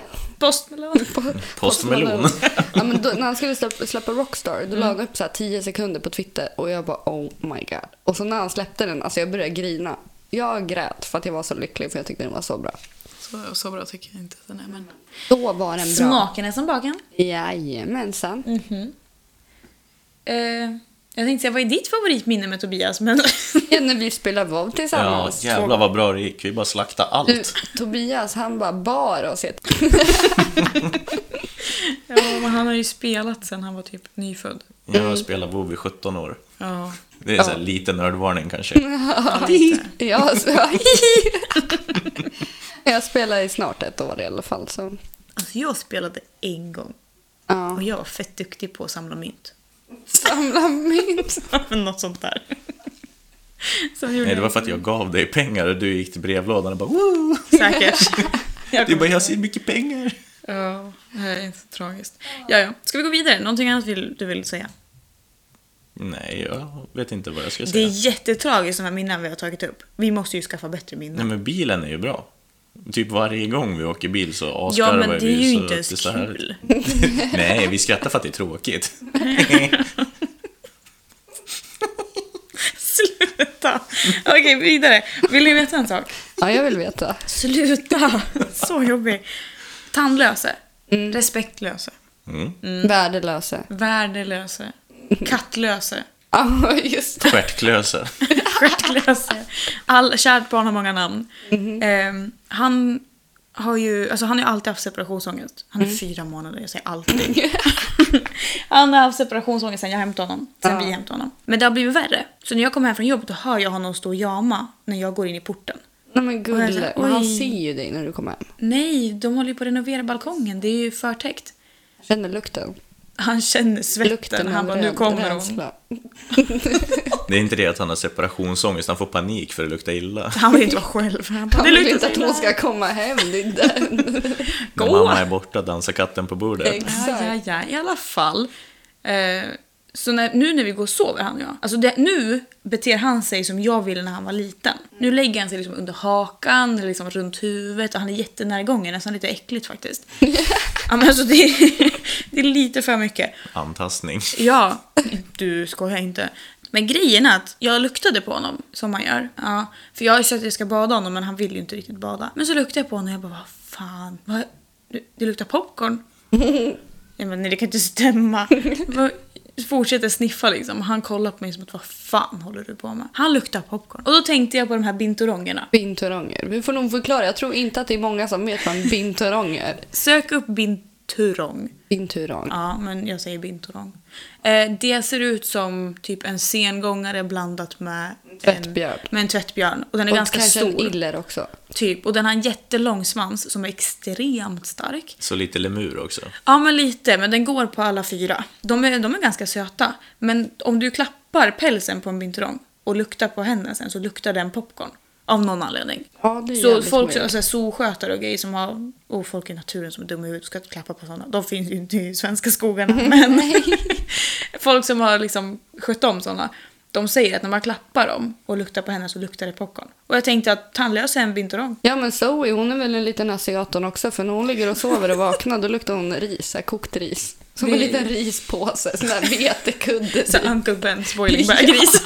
Postmelon. Ja, men då, när han skulle släppa Rockstar, då la han upp så här 10 sekunder på Twitter och jag bara, oh my god. Och så när han släppte den, alltså jag började grina. Jag grät för att jag var så lycklig för jag tyckte den var så bra. Så bra tycker jag inte att den är, men... Då var den bra. Smaken är som baken. Jajamensan. Jag tänkte säga, vad är ditt favoritminne med Tobias? Men... Ja, när vi spelade WoW Ja, tillsammans. jävlar vad bra det gick. Vi bara slakta allt. Du, Tobias, han bara bar oss. Ja, men han har ju spelat sen han var typ nyfödd. Jag har spelat WoW i 17 år. Ja. Det är så här lite nördvarning kanske. Ja, lite. Ja, så, jag spelar i snart 1 år i alla fall. Så. Alltså jag spelade en gång. Ja. Och jag var fett duktig på att samla mynt. Samla mynt. Något sånt där. Nej, det var för att jag gav dig pengar och du gick till brevlådan och bara woo! Säkert. Du bara, jag ser mycket pengar. Ja, det här är så tragiskt. Ja. Ska vi gå vidare? Någonting annat du vill säga? Nej, jag vet inte vad jag ska Det säga. är jättetragiskt de här minnen vi har tagit upp. Vi måste ju skaffa bättre minnen. Nej, men bilen är ju bra. Typ varje gång vi åker bil så Ja, askarvar men det vi är ju så inte att ens det är så här. kul. Nej, vi skrattar för att det är tråkigt. Sluta. Okej, vidare. Vill ni veta en sak? Ja, jag vill veta. Sluta. Så jobbig. Tandlöse. Respektlöse. Värdelösa. Värdelöse. Kattlöse. Ja, just det. Stjärtklösa. stjärtglös. Kärt barn har många namn. Han har ju alltid haft separationsångest. Han är 4 månader, jag säger alltid. Han har haft separationsångest sen jag hämtade honom. Sen vi hämtade honom. Men det har blivit värre. Så när jag kommer hem från jobbet, då hör jag honom stå och jama när jag går in i porten. Nej men gulle, Oj. men han ser ju dig när du kommer hem. Nej, de håller ju på att renovera balkongen. Det är ju förtäckt. Känner lukten. Han känner svetten. Lukten Han bara, nu kommer hon. Det är inte det att han har separationsångest, han får panik för att lukta illa. Han vill inte vara själv. Han bara, Han det vill luktar inte så att illa. hon ska komma hem. Det är den. När mamma är borta dansar katten på bordet. Exakt. Ja, i alla fall. Så nu när vi går och sover han och jag. Alltså nu beter han sig som jag ville när han var liten. Nu lägger han sig liksom under hakan, eller liksom runt huvudet. Och han är jättenärgången, nästan lite äckligt faktiskt. Ja, men alltså det är lite för mycket. Antastning. Ja, du skojar inte. Men grejen är att jag luktade på honom, som man gör. Ja, för jag har ju sagt att jag ska bada honom, men han vill ju inte riktigt bada. Men så luktade jag på honom och jag bara, vad fan? Det luktar popcorn. Ja, men nej, det kan inte stämma. Fortsätter sniffa liksom. Han kollar på mig som att, vad fan håller du på med? Han luktar popcorn. Och då tänkte jag på de här binturongerna. Binturonger. Vi får nog förklara. Jag tror inte att det är många som vet vad en binturong är. Sök upp binturong. Binturong. Ja, men jag säger binturong. Det ser ut som typ en sengångare blandat med Tvättbjörn. med en tvättbjörn. Och den är Och ganska kanske stor. en iller också. Typ. Och den har en jättelång svans som är extremt stark. Så lite lemur också. Ja, men lite. Men den går på alla 4. De är ganska söta. Men om du klappar pälsen på en binturong och luktar på henne sen, så luktar den popcorn. Av någon anledning. Ja, det är Så jävligt folk, weird. alltså zooskötare och grejer som har, och folk i naturen som är dumma i huvudet ska inte klappa på sådana. De finns ju inte i svenska skogarna. Men folk som har liksom skött om sådana, de säger att när man klappar dem och luktar på henne så luktar det popcorn. Och jag tänkte att tandlös är en binturong. Ja, men Zoe, hon är väl en liten asiaton också. För när hon ligger och sover och vaknar, då luktar hon ris, kokt ris. Som en liten rispåse, sån där vetekudde. Så Uncle Ben's boiling bag-ris.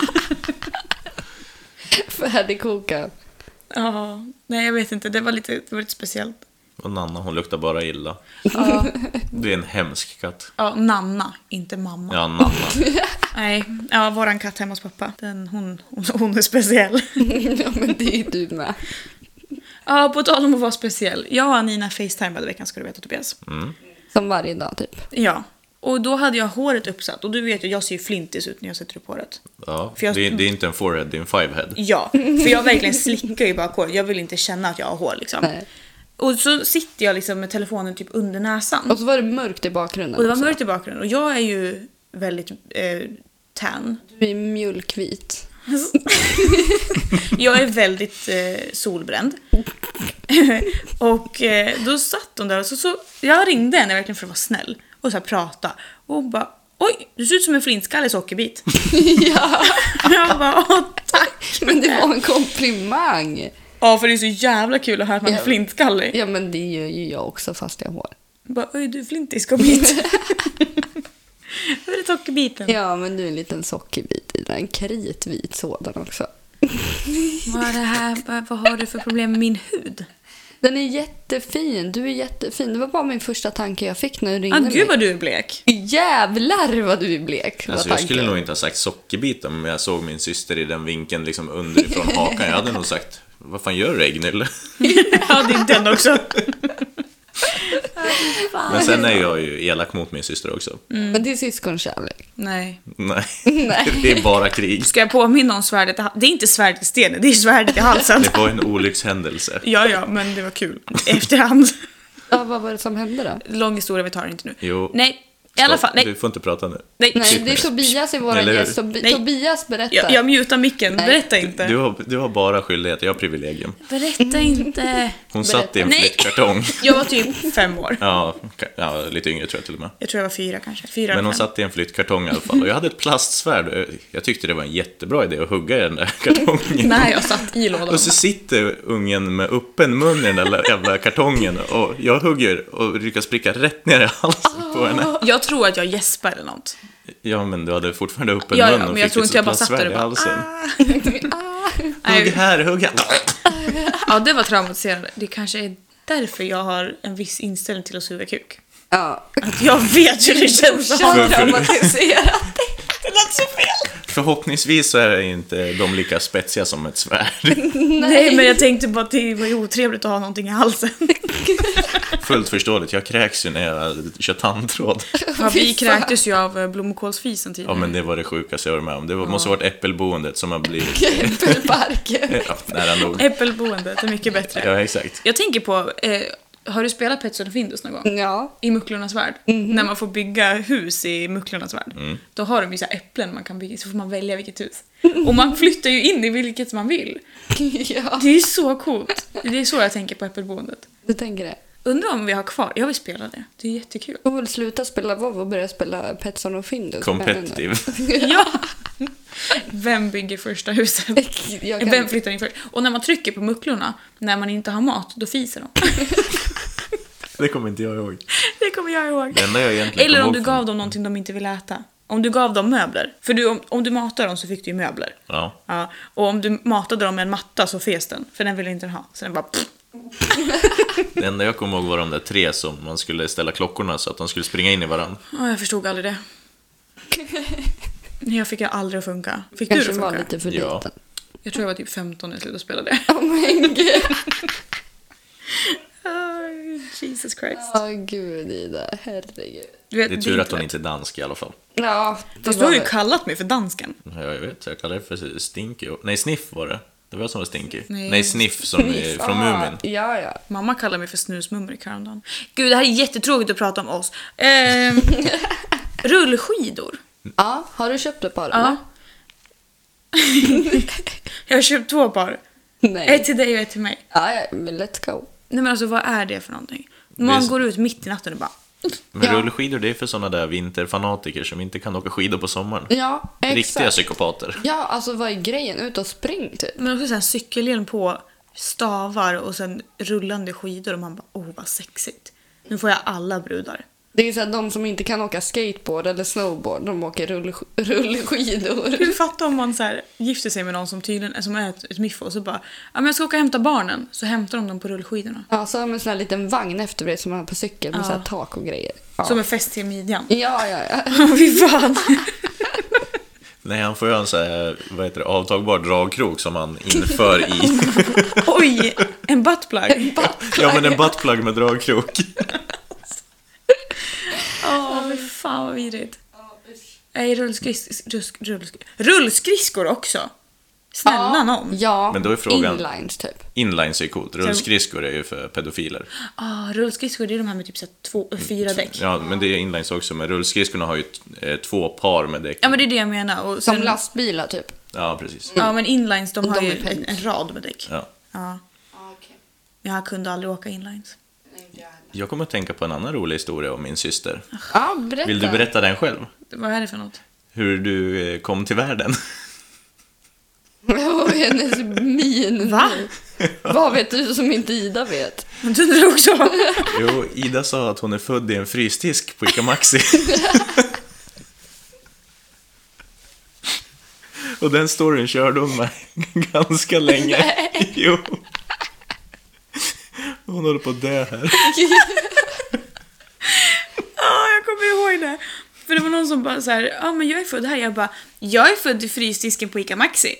Färdigkokad. Ja, nej jag vet inte, det var lite speciellt. Och Nanna, hon luktar bara illa. Ja, Det är en hemsk katt. ja, Nanna, inte mamma. Ja, Nanna. Nej, ja, våran katt hemma hos pappa. Hon är speciell. Ja, men det är ju du med. Ja, på tal om att vara speciell. Jag och Nina facetimade veckan, ska du veta, Tobias. Som varje dag, typ. Ja, och då hade jag håret uppsatt. Och du vet ju, jag ser ju flintis ut när jag sätter upp håret. Ja, För jag- det är inte en forehead, det är en fivehead. Ja, för jag verkligen slickar ju bara håret. Jag vill inte känna att jag har hår liksom. Nej. Och så sitter jag liksom med telefonen typ under näsan. Och så var det mörkt i bakgrunden Och det var också. mörkt i bakgrunden. Och jag är ju väldigt tan. Du är mjölkvit. Jag är väldigt solbränd. Och då satt hon där och så jag ringde henne verkligen för att vara snäll och så här prata. Och hon bara, oj, du ser ut som en flintskallig sockerbit. Ja, Jag bara, åh tack. men det var en komplimang. Ja, för det är så jävla kul att höra att man är Ja. flintskallig. Ja, men det gör ju jag också fast jag har hår. Bara, oj, du är flintiskobbit. Hur är det sockerbiten? Ja, men du är en liten sockerbit i den. En kritvit sådan också. Vad är det här? Vad har du för problem med min hud? Den är jättefin. Du är jättefin. Det var bara min första tanke jag fick när du ringde mig. Gud vad du är blek. Jävlar vad du är blek. Alltså, var jag skulle tanken. nog inte ha sagt sockerbiten, men jag såg min syster i den vinkeln liksom underifrån hakan. Jag hade nog sagt, vad fan gör du, Egnille? Ja, det är den också. Men sen är jag ju elak mot min syster också. Men det är syskonkärlek. Nej. Nej, Nej. det är bara krig. Ska jag påminna om svärdet? Det är inte svärdet i stenen, det är svärdet i halsen. Det var en olyckshändelse. Ja, men det var kul. Efterhand. Ja, vad var det som hände då? Lång historia, vi tar det inte nu. Jo. Nej, i alla fall. Du Nej, får inte prata nu. nej. Nej, det är Tobias i våran Eller hur? gäst. Nej. Tobias berättar. Jag mutar micken, Nej. berätta inte. Du har bara skyldighet, jag har privilegium. Berätta inte. Hon satt i en Nej. flyttkartong. Jag var typ 5 år. Ja, lite yngre tror jag till och med. Jag tror jag var 4 kanske. 4 Men hon eller 5. satt i en flyttkartong i alla fall. Och jag hade ett plastsvärd. Jag tyckte det var en jättebra idé att hugga i den där kartongen. Nej, jag satt i lådan. Och så sitter ungen med öppen mun i den där jävla kartongen. Och jag hugger och lyckas spricka rätt ner i halsen på henne. Jag tror att jag gäspade eller något. Ja, men du hade fortfarande öppen Ja, mun men och jag fick tror ett inte jag bara satt plastsvärd där i och halsen. Nej. Hugg här, hugg här. Ja, det var traumatiserande. Det kanske är därför jag har en viss inställning till att suga kuk. Ja. Att jag vet hur det känns att ha Traumatiserat. det låter så fel. Förhoppningsvis så är det inte de lika spetsiga som ett svärd. Nej, men jag tänkte bara att det var ju otrevligt att ha någonting i halsen. Fullt förståeligt, jag kräks ju när jag kör tandtråd. Ja, vi kräktes ju av blomkålsfisen tidigare. Ja, men det var det sjukaste jag varit med om. Det måste ha varit äppelboendet som har blivit... Äppelparken. Ja, nära nog. Äppelboendet är mycket bättre. Ja, exakt. Jag tänker på, har du spelat Pets and Findus någon gång? Ja. I Mucklornas värld. När man får bygga hus i Mucklornas värld. Då har de ju så här äpplen man kan bygga, så får man välja vilket hus. Och man flyttar ju in i vilket man vill. Ja, Det är så coolt. Det är så jag tänker på äppelboendet. du tänker det. Undrar om vi har kvar, jag vill spela det. Det är jättekul. Jag vill sluta spela WoW och börja spela Petson och Findus. Competitive. Ja! Vem bygger första huset? Jag kan... Vem flyttar in först? Och när man trycker på mucklorna, när man inte har mat, då fiser de. Det kommer inte jag ihåg. Det kommer jag ihåg. Det enda jag egentligen Eller kommer om du ihåg gav dem någonting de inte vill äta. Om du gav dem möbler. För du, om du matade dem så fick du ju möbler. Ja. Ja. Och om du matade dem med en matta så fes den. För den ville inte den ha. Så den bara... Det enda jag kommer ihåg var de där 3 som man skulle ställa klockorna så att de skulle springa in i varandra. Ja, jag förstod aldrig det. Jag fick ju aldrig att funka. Fick du det Kanske att var funka? lite för Ja. liten. Jag tror jag var typ 15 när jag slutade spela det. Oh my god. Jesus Christ. Ja, gud Ida. Herregud. Du vet, Det är tur att hon inte... inte är dansk i alla fall. Ja, det Fast du var har ju väl- kallat mig för dansken. Ja, jag vet, jag kallade det för Stinky. Nej, Sniff var det. Det var jag som var Stinky. Nej. Nej, Sniff som är från Mumin. Ja, ja. Mamma kallar mig för snusmummer i häromdagen. Gud, det här är jättetråkigt att prata om oss. Rullskidor. Ja, har du köpt ett par? Ja. Jag har köpt 2 par. Nej. Ett till dig och ett till mig. Ja, ja, men let's go. Nej, men alltså, vad är det för någonting? Man Det är- går ut mitt i natten och bara... Men Ja. rullskidor, det är för såna där vinterfanatiker som inte kan åka skidor på sommaren. Ja, exakt. Riktiga psykopater. Ja, alltså vad är grejen? Ut och spring typ. Men också så här cykelhjälm på, stavar och sen rullande skidor och man bara, åh vad sexigt. Nu får jag alla brudar. Det är så här, de som inte kan åka skateboard eller snowboard, de åker rullskidor. Hur fattar om man så här gifter sig med någon som tydligen som är ett miffo och så bara, ja men jag ska åka och hämta barnen. Så hämtar de dem på rullskidorna. Ja, så har de en sån här liten vagn efter det som man har på cykel med Ja. så här tak och grejer. Ja, Som är fäst till midjan. ja, ja. ja. Fy fan. Nej, han får ju ha en så här, vad heter det, avtagbar dragkrok som han inför i. Oj, en buttplug. Ja, men en buttplug med dragkrok. Åh, fy fan vad vidrigt. Nej, rullskridskor också. Snälla någon. Ja, Men då är frågan- inlines typ. Inlines är coolt. Rullskridskor är ju för pedofiler. Rullskridskor, det är de här med typ 4 däck. Ja, men det är inlines också. Men rullskridskorna har ju 2 par med däck. Ja, men det är det jag menar. Och Som sen, lastbilar typ. Ja, precis. ja, men inlines, de Och har de ju är pink. en rad med däck. Ja. Ja. Jag kunde aldrig åka inlines. Jag kommer att tänka på en annan rolig historia om min syster. Ja, berätta. Vill du berätta den själv? Vad är det för något? Hur du kom till världen? Och hennes min. Va? Vad vet du som inte Ida vet? Men du undrar också. Jo, Ida sa att hon är född i en frysdisk på Ica Maxi. Och den storyn körde hon med ganska länge. Nej. Jo. Hon håller på att dö här. Ja, jag kommer ihåg det. För det var någon som bara så här, ja men jag är född här. Jag bara, jag är född i frysdisken på Ica Maxi.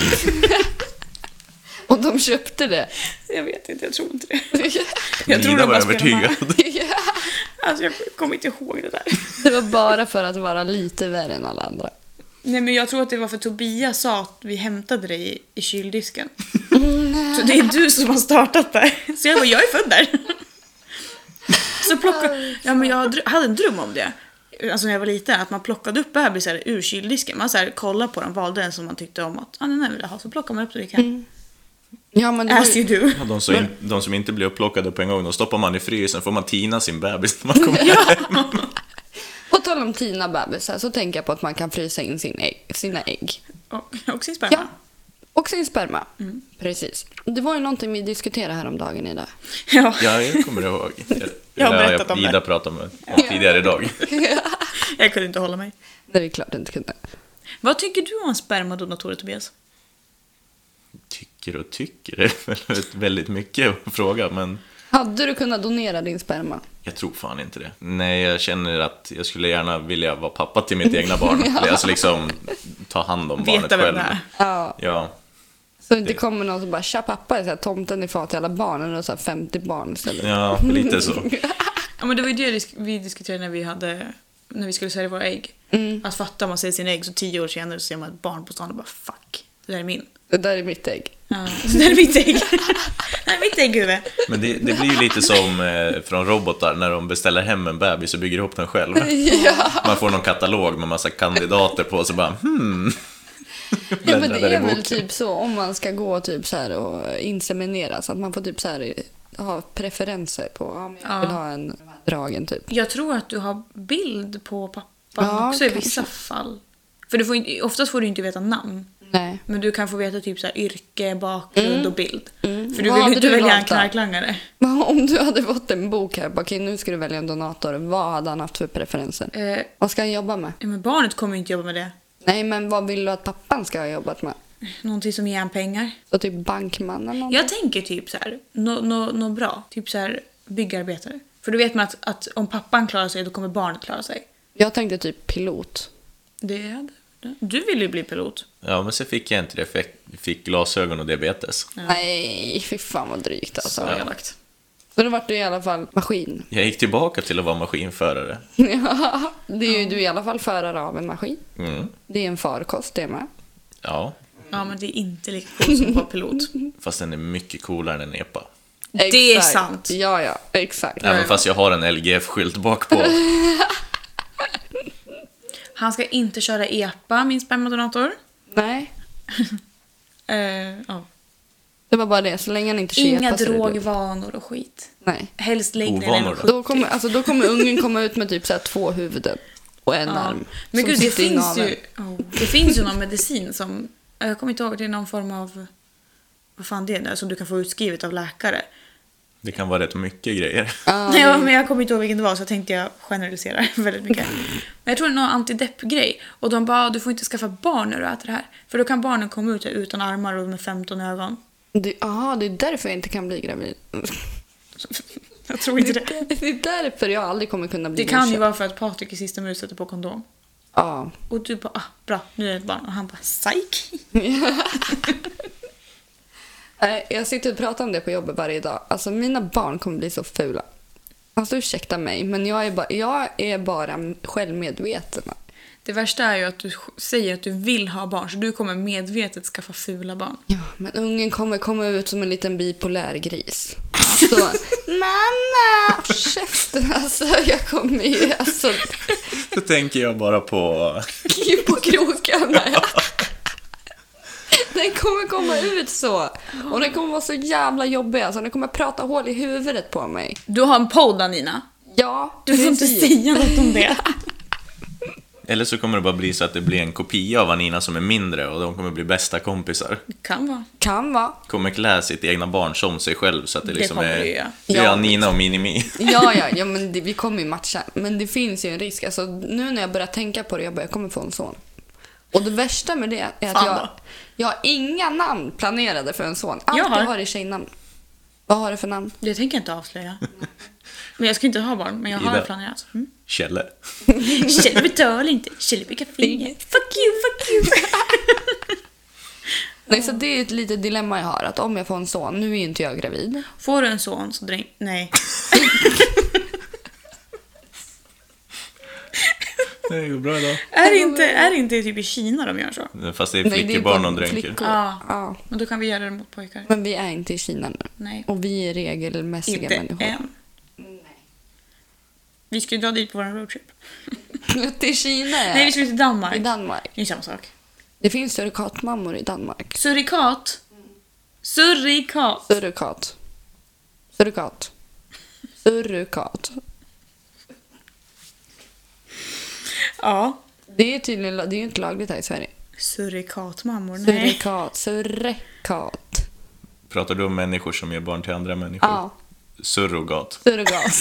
Och de köpte det. Jag vet inte, jag tror inte det. Men tror Ida de var bara spelar med. övertygad. Alltså jag kommer inte ihåg det där. Det var bara för att vara lite värre än alla andra. Nej, men jag tror att det var för Tobias sa att vi hämtade dig i kyldisken. Så det är du som har startat där. Så jag bara, jag är född där. Så ja, men jag hade en dröm om det. Alltså när jag var liten, att man plockade upp bebisar ur kyldisken. Man så här, kollade på dem, valde en som man tyckte om att den här vill jag ha. Så plockade man upp det igen. Ja, men det var As you ju... do. Ja, de som inte blir upplockade på en gång, de stoppar man i frysen, får man tina sin bebis när man kommer hem. På tal om tina bebisar så tänker jag på att man kan frysa in sina ägg. Och sin sperma. Ja, och sin sperma. Precis. Det var ju någonting vi diskuterade här om dagen idag. Ja. Ja, jag kommer ihåg. Jag har berättat om det. Ida pratade med tidigare idag. Jag kunde inte hålla mig. Det är klart inte kunde. Vad tycker du om spermadonatorer, Tobias? Tycker det är väl väldigt mycket att fråga, men Hade du kunnat donera din sperma? jag tror fan inte det. Nej, jag känner att jag skulle gärna vilja vara pappa till mitt egna barn. Alltså liksom ta hand om Veta barnet vem själv. det är. Ja. Ja, Så inte kommer någon som bara, tja pappa är så här, tomten är far till alla barnen och så här 50 barn istället. ja, lite så. Ja, men det var ju det vi diskuterade när vi skulle sälja våra ägg. Att fatta, man ser sina ägg så 10 år senare så ser man ett barn på stan och bara fuck, det där är min. Det där är mitt ägg. Ja, det där är mitt ägg. Det här är mitt ägghuvud. Men det blir ju lite som från robotar när de beställer hem en bebis och bygger ihop den själv. Man får någon katalog med massa kandidater på och så bara Ja, men det är väl typ så om man ska gå typ så här och inseminera så att man får typ så här ha preferenser på om jag vill ha en dragen typ. Jag tror att du har bild på pappan också i vissa fall. För oftast får du inte veta namn. Nej. Men du kan få veta typ så här yrke, bakgrund och bild. För du Vad vill ju hade inte du välja en valt då? knarklangare. Om du hade fått en bok här, bara, okej, nu ska du välja en donator. Vad hade han haft för preferenser? Vad ska han jobba med? Men barnet kommer ju inte jobba med det. Nej, men vad vill du att pappan ska ha jobbat med? Någonting som ger han pengar. Så typ bankman eller någonting? Jag tänker typ så här, något bra. Typ så här byggarbetare. För då vet man att om pappan klarar sig, då kommer barnet klara sig. Jag tänkte typ pilot. Du vill ju bli pilot. Ja, men så fick jag inte det för jag fick glasögon och diabetes. Nej, fy fan vad drygt alltså. Så elakt. Så då var det i alla fall maskin. Jag gick tillbaka till att vara maskinförare. Ja, det är ju du är i alla fall förare av en maskin. Mm. Det är en farkost det med. Ja, Ja, men det är inte lika coolt som att vara pilot. fast den är mycket coolare än en EPA. Det är sant. Ja, exakt. Även fast jag har en LGF-skylt bak på. Han ska inte köra EPA, min spermadonator. Nej, Ja. det var bara det. Så länge han inte köper Inga så är det lugnt. drogvanor och skit. Nej. Helst längre Ovanor än då? 70. Då kommer ungen komma ut med typ så här 2 huvuden och en arm. Men som gud, det sitter i finns naveln. det finns ju någon medicin som... Jag kommer inte ihåg, det är någon form av... Vad fan det är, som du kan få utskrivet av läkare. Det kan vara rätt mycket grejer. Ja, men jag kommer inte ihåg vilken det var, så tänkte jag generalisera väldigt mycket. Men jag tror det är någon antidepp-grej. Och de bara, du får inte skaffa barn när du äter det här. För då kan barnen komma ut utan armar och med 15 ögon. Det är därför jag inte kan bli gravid. Jag tror inte det. Det är därför jag aldrig kommer kunna bli Det kan ju morsa. vara för att Patrik i sista minuten sätter på kondom. Ja. Och du bara, bra, nu är det ett barn. Och han bara, psyk. Jag sitter och pratar om det på jobbet varje dag. Alltså mina barn kommer bli så fula. Alltså ursäkta mig, men jag är bara självmedveten. Det värsta är ju att du säger att du vill ha barn, så du kommer medvetet skaffa fula barn. Ja, men ungen kommer komma ut som en liten bipolär gris. Så, mamma! Käften, alltså jag kommer ju, alltså... Då tänker jag bara på... på krokarna. Den kommer komma ut så. Och den kommer vara så jävla jobbig. Alltså den kommer prata hål i huvudet på mig. Du har en podd, Anina. Ja, Du får inte precis. säga något om det. Eller så kommer det bara bli så att det blir en kopia av Anina som är mindre och de kommer bli bästa kompisar. Kan vara. Kan vara. Kommer klä sitt egna barn som sig själv så att det liksom kommer är... det ju, ja. Det är Ja. Anina och Minimi. Ja, men vi kommer ju matcha. Men det finns ju en risk. Alltså, nu när jag börjar tänka på det, jag kommer få en son. Och det värsta med det är Fan att jag har inga namn planerade för en son. Allt Jag har. jag har är tjejnamn. Vad har du för namn? Det tänker jag inte avslöja. Men jag ska inte ha barn, men jag har Ida. det planerat. Kjelle. Kjell betalar inte. Kjell brukar finger. Fuck you. Nej, så det är ett litet dilemma jag har. Att om jag får en son, nu är ju inte jag gravid. Får du en son så nej. Det går bra idag. Är det inte typ i Kina de gör så? Fast det är Nej, det är flickebarn bara de dränker. flickor. Ja. Ja. Men då kan vi göra det mot pojkar. Men vi är inte i Kina nu. Nej. Och vi är regelmässiga Inte människor. än. Vi ska ju dra dit på vår roadtrip. Till Kina? Nej, vi ska till Danmark. I Danmark. Det är samma sak. Det finns surrokatmammor i Danmark. Surrikat. Surrokat. Ja. Det är tydligen det är ju inte lagligt här i Sverige. Surrikatmammor, nej. Surrokat. Pratar du om människor som ger barn till andra människor? Ja. Surrogat. Surrogat.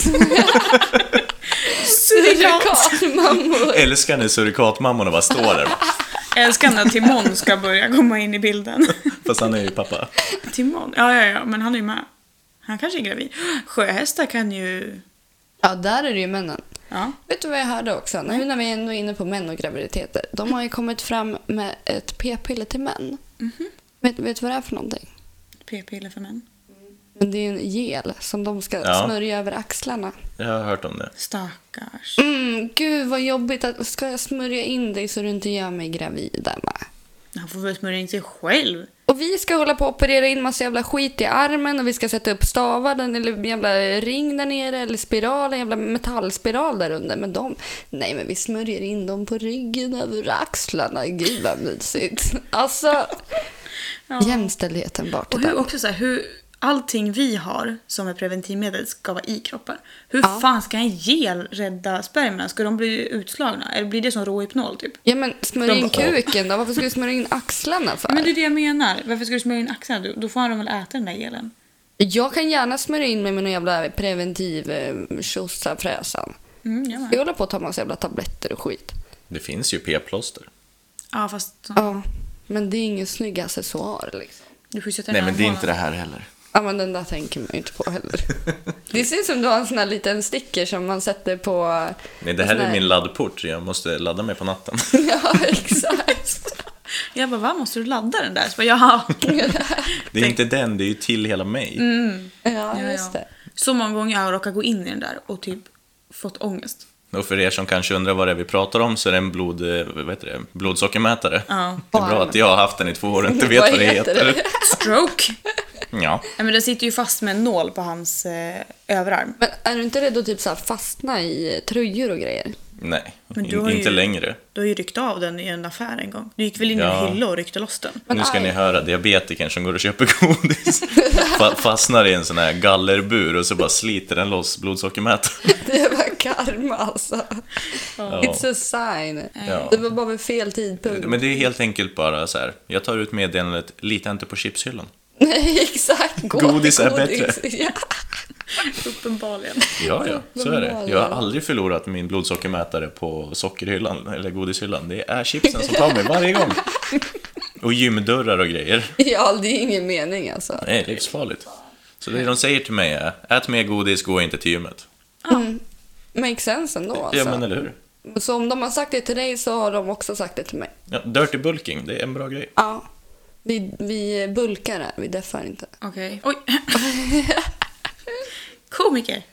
Surrikat. Surrokatmammor. Älskar ni surrikatmammorna bara står där? Jag älskar när Timon ska börja komma in i bilden. Fast han är ju pappa. Timon? Ja, men han är ju med. Han kanske är gravid. Sjöhästar kan ju... Ja, där är det ju männen. Ja. Vet du vad jag hörde också? Nu när vi ändå är inne på män och graviditeter. De har ju kommit fram med ett p-piller till män. Vet du vad det är för någonting? P-piller för män. Men det är en gel som de ska smörja över axlarna. Jag har hört om det. Stackars. Gud vad jobbigt. Ska jag smörja in dig så du inte gör mig gravid, Emma? Han får väl smörja in sig själv. Och vi ska hålla på att operera in massa jävla skit i armen. Och vi ska sätta upp stavar eller jävla ring där nere. Eller spiral, en jävla metallspiral där under. Men nej men vi smörjer in dem på ryggen över axlarna. Gud vad mysigt. Alltså, jämställdheten bort. Och hur, också så här, hur allting vi har som är preventivmedel ska vara i kroppen. Hur fan ska en gel rädda spermierna? Ska de bli utslagna? Eller blir det som råhypnol typ? Ja men smörja in kuken då? Varför ska du smörja in axlarna för? Men det är det jag menar. Varför ska du smörja in axlarna? Då får de väl äta den där gelen. Jag kan gärna smörja in mig med någon jävla preventiv tjosa-fräsan. Jag håller på att ta massa jävla tabletter och skit. Det finns ju p-plåster. Ja, fast... Ja, men det är ingen snygg accessoar liksom. Du får sätta Nej, men det är inte det här heller. Ja, men den där tänker man ju inte på heller. Det ser ut som du har en sån här liten sticker som man sätter på... Nej, det här är min laddport. Jag måste ladda mig på natten. Ja, exakt. Jag bara, vad måste du ladda den där? Så bara, jaha. Det är inte den, det är ju till hela mig. Ja, just det. Så många gånger jag har råkat gå in i den där och typ fått ångest. Och för er som kanske undrar vad det är vi pratar om så är det en blodsockermätare. Ja. Det är bra att jag har haft den i 2 år och inte vet vad det heter. Stroke. Ja. Ja, men den sitter ju fast med en nål på hans överarm. Men är du inte rädd att typ så här fastna i tröjor och grejer? Nej, Men du har inte ju- längre. Du har ju ryckt av den i en affär en gång. Du gick väl in i Ja. en hylla och ryckte loss den? Nu ska ni höra diabetikern som går och köper godis. Fastnar i en sån här gallerbur och så bara sliter den loss blodsockermätaren. Det var karma alltså. Ja. It's a sign. Ja. Det var bara vid fel tidpunkt. Men det är helt enkelt bara så här. Jag tar ut meddelandet, lita inte på chipshyllan. Nej, exakt. Godis är bättre. Ja. Uppenbarligen. Ja, så är det. Jag har aldrig förlorat min blodsockermätare på sockerhyllan eller godishyllan. Det är chipsen som tar mig varje gång. Och gymdörrar och grejer. Ja, det är ingen mening alltså. Nej, det är livsfarligt. Så det de säger till mig är, ät mer godis, gå inte till gymmet. Makes sense ändå alltså. Ja, men eller hur? Så om de har sagt det till dig så har de också sagt det till mig. Ja, dirty bulking, det är en bra grej. Ja. Vi bulkar här, vi deffar inte. Okej. Oj. Komiker.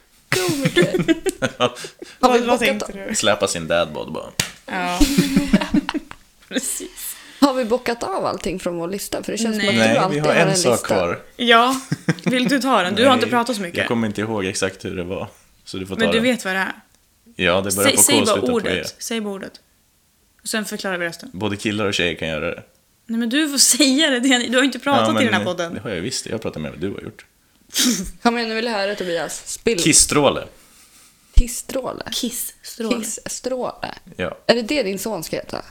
Vad tänkte du? Släpa sin dadbod bara. Ja. Precis. Har vi bockat av allting från vår lista? För det känns som att du Nej, vi alltid har en lista. sak kvar. Ja, vill du ta den? Du har Nej, inte pratat så mycket. Jag kommer inte ihåg exakt hur det var. Så du får ta Men du den. vet vad det är. Ja, det börjar på Säg K, bara slutar på E. ordet. Säg bara ordet. Och sen förklarar vi resten. Både killar och tjejer kan göra det. Nej, men du får säga det. Du har inte pratat i den här podden. Det har jag visst. Jag pratar med vad du har gjort. Kom igen, nu vill jag höra Tobias. Spill. Kissstråle. Kissstråle. Kissstråle. Kissstråle. Ja. Är det din son ska heta?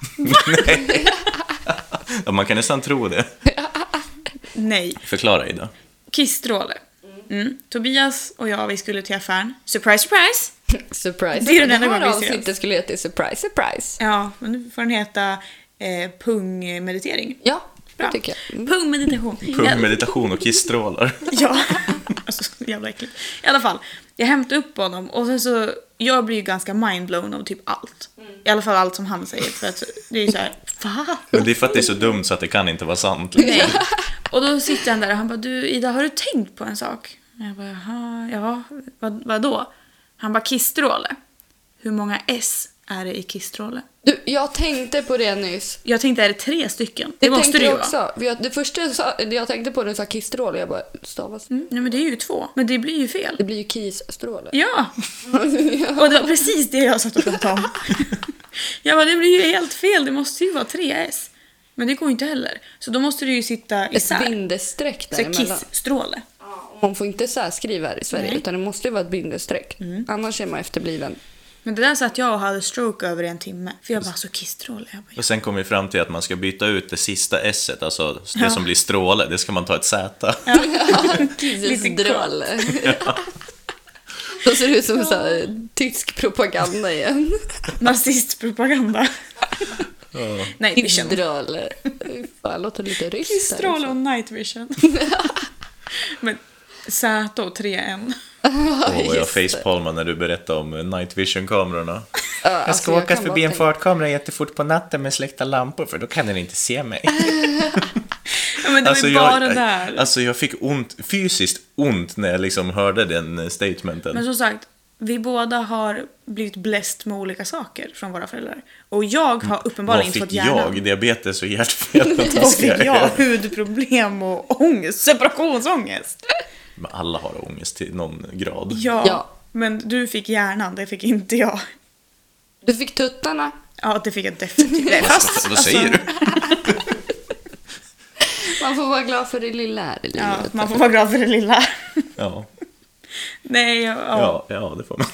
Ja, man kan nästan tro det. Nej. Förklara, Ida. Kissstråle. Tobias och jag, vi skulle till affären. Surprise, surprise! Surprise. Det är den enda här gången vi ses. avsnittet skulle heta surprise, surprise. Ja, men nu får den heta pungmeditering. Ja, det Bra. tycker jag. Pungmeditation. Pungmeditation och kissstrålar. Ja, alltså jävla äckligt. I alla fall, jag hämtade upp honom och sen så, jag blir ju ganska mindblown av typ allt. I alla fall allt som han säger, för att det är ju så här, fan. Men det är för att det är så dumt så att det kan inte vara sant. Liksom. Nej. Och då sitter han där och han bara, du Ida, har du tänkt på en sak? Jag bara, jaha, ja, vadå? Han bara, kissstråle. Hur många S är det i kissstråle? Du, jag tänkte på det nyss. Jag tänkte, är det 3 stycken? Det måste tänkte det ju jag vara. också. Det första jag tänkte på när du sa kissstråle, jag bara, stavas. Nej, men det är ju 2. Men det blir ju fel. Det blir ju kissstråle. Ja, och det var precis det jag satt och pratade om. Jag bara, det blir ju helt fel. Det måste ju vara 3S. Men det går ju inte heller. Så då måste det ju sitta Ett isär. bindestreck Så däremellan. kissstråle. Man får inte särskriva här i Sverige, Nej. utan det måste ju vara ett bindestreck. Annars är man efterbliven. Men det där satt jag och hade stroke över 1 timme. För jag bara, så kissstråle. Jag bara, Och sen kommer vi fram till att man ska byta ut det sista S-et, alltså det som blir stråle, det ska man ta ett Z. Kissstråle. Då ser det ut som så här, tysk propaganda igen. nazistpropaganda. Night vision. Kissstråle. Fan, låter lite ryskt. Kissstråle och night vision. Men Z och 3N. Och jag facepalmade när du berättade om night vision-kamerorna. Jag ska åka förbi en fartkamera jättefort på natten med släckta lampor, för då kan den inte se mig. Ja, men det var ju bara där. Alltså jag fick fysiskt ont när jag liksom hörde den statementen. Men som sagt, vi båda har blivit blessed med olika saker från våra föräldrar. Och jag har uppenbarligen inte fått hjärnan. Vad fick jag? Diabetes och hjärtfel? Vad fick jag? Hudproblem och ångest, separationsångest. Men alla har ångest till någon grad. Ja, men du fick hjärnan, det fick inte jag. Du fick tuttarna. Ja, det fick jag definitivt. Fast, Vad säger du? Man får vara glad för det lilla här i livet. Ja, man får vara glad för det lilla. Ja. Nej, Ja, det får man.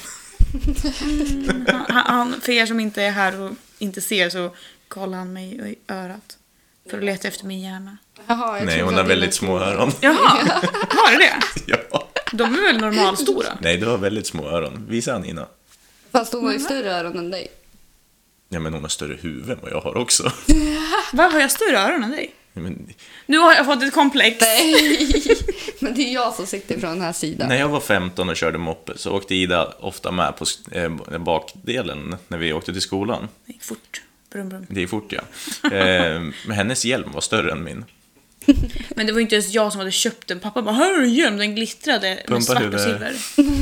Han, för er som inte är här och inte ser så kollar han mig i örat. För att leta efter min hjärna. Jaha, jag Nej, trodde hon har att det väldigt var- små öron. Jaha, var det det? Ja. De är väl normalstora? Nej, du har väldigt små öron. Visa Nina. Fast hon har ju större öron än dig. Ja, men hon har större huvud än vad jag har också. Vad har jag större öron än dig? Men, Nu har jag fått ett komplex. Nej, men det är jag som sitter från den här sidan. när jag var 15 och körde moppe så åkte Ida ofta med på bakdelen när vi åkte till skolan. Det gick fort. Brum, brum. Det är fort, ja. Men hennes hjälm var större än min. Men det var inte ens jag som hade köpt den. Pappa bara, hör du göm? Den glittrade med Pumpa svart och huvudet. silver.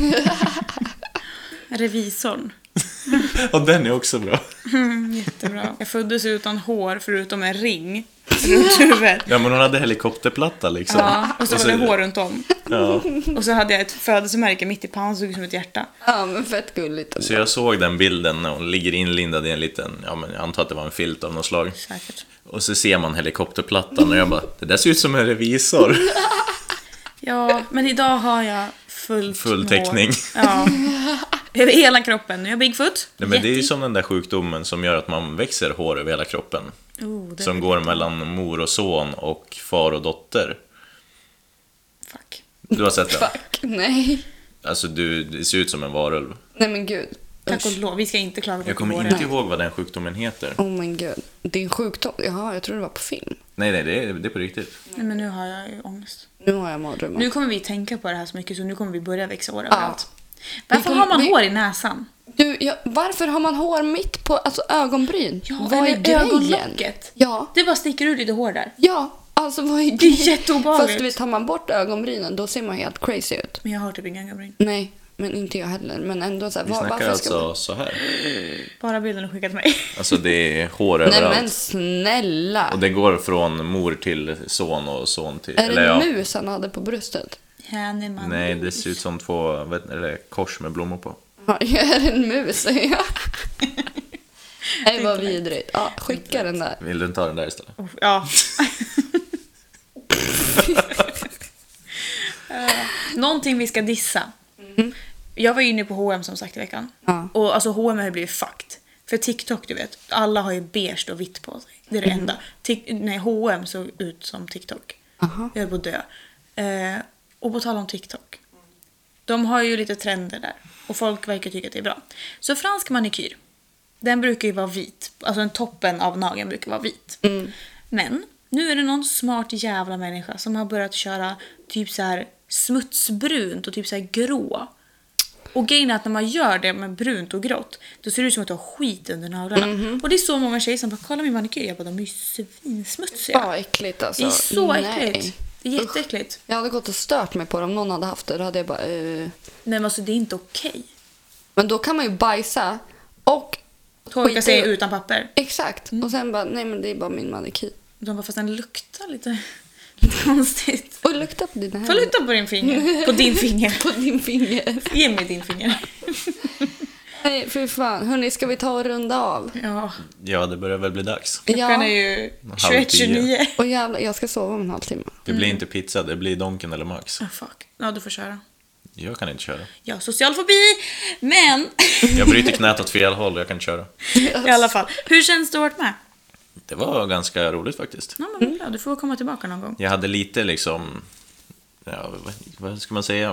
Revisorn. Och den är också bra. Jättebra. Jag föddes utan hår förutom en ring runt huvudet. Ja, men hon hade helikopterplatta liksom. Ja, och så var det hår runt om. Ja. Och så hade jag ett födelsemärke mitt i pannan, såg ut som ett hjärta. Ja, men fett gulligt. Så jag såg den bilden när hon ligger inlindad i en liten, ja men jag antar att det var en filt av något slag. Säkert. Och så ser man helikopterplattan och jag bara, det där ser ut som en revisor. Ja, men idag har jag Full täckning. hår. Ja. Över hela kroppen. Nu är jag Bigfoot. Nej, men det är ju som den där sjukdomen som gör att man växer hår över hela kroppen. Det Som går mellan mor och son och far och dotter. Fuck. Du har sett den? Fuck, nej. Alltså det ser ut som en varulv. Nej men gud. Tack och lov, vi ska inte klaga på Jag kommer håret. inte ihåg vad den sjukdomen heter. Oh my god. Det är en sjukdom. Jaha, jag tror det var på film. Nej, det är på riktigt. Nej, men nu har jag ju ångest. Nu har jag mardrömmar. Nu kommer vi tänka på det här så mycket så nu kommer vi börja växa hår Ja. överallt. Varför kommer- har man vi- hår i näsan? Du, varför har man hår mitt på ögonbryn? Vad är eller grejen? ögonlocket. Ja, Det bara sticker ut lite hår där. ja. Alltså vad är Det är grejen? jätteobehagligt. Fast du vet, tar man bort ögonbrynen då ser man helt crazy ut. Men jag har typ inga ögonbryn. Nej, men inte jag heller. Men ändå så här, Vi snackar varför ska alltså så här. Bara bilden du skickat mig. Alltså det är hår Nej men överallt. snälla. Och det går från mor till son och son till... Är eller det en ja. mus han hade på bröstet? Hanneman. Nej, det ser ut som två eller kors med blommor på. Ja, jag är en mus. Ja. Nej, vad vidrigt. Ja, skicka den där. Vill du inte ta den där istället? Ja. Någonting vi ska dissa. Jag var inne på H&M som sagt i veckan. Ja. Och alltså H&M har blivit fucked. För TikTok, du vet. Alla har ju beige och vitt på sig. Det är det enda. Nej, H&M såg ut som TikTok. Aha. Jag höll på att dö. Och på tal om TikTok. De har ju lite trender där. Och folk verkar tycka att det är bra. Så fransk manikyr. Den brukar ju vara vit. Alltså den toppen av nageln brukar vara vit. Men nu är det någon smart jävla människa som har börjat köra typ så här smutsbrunt och typ så här grå. Och grejen är att när man gör det med brunt och grått då ser det ut som att du har skit under naglarna. Och det är så många tjejer som bara, kolla min manikyr. Jag bara, de är ju svinsmutsiga. Ja, äckligt alltså. Det är så Nej. äckligt. Det är jätteäckligt. Jag hade gått och stört mig på det om någon hade haft det. Då hade jag bara... Nej men alltså det är inte okej. Men då kan man ju bajsa och... Torka skita sig i- utan papper. Exakt. Och sen bara, nej men det är bara min manikyr. De bara, fast den luktar lite konstigt. Och lukta på dina Få händer. lukta på din finger. På din finger. På din finger. Ge mig din finger. Nej, för fan. Hörni, ska vi ta och runda av? Ja, Ja, det börjar väl bli dags. klockan är ju 21:29. Och jävlar, jag ska sova om en halvtimme. Det blir inte pizza, det blir Donken eller Max. Oh, fuck. Ja, du får köra. Jag kan inte köra. Jag har social fobi, men Jag bryter knät åt fel håll, jag kan köra. i alla fall. Hur känns det att ha varit med? Det var ganska roligt faktiskt. Ja, men bra. Du får komma tillbaka någon gång. Jag hade lite liksom... Ja, vad ska man säga?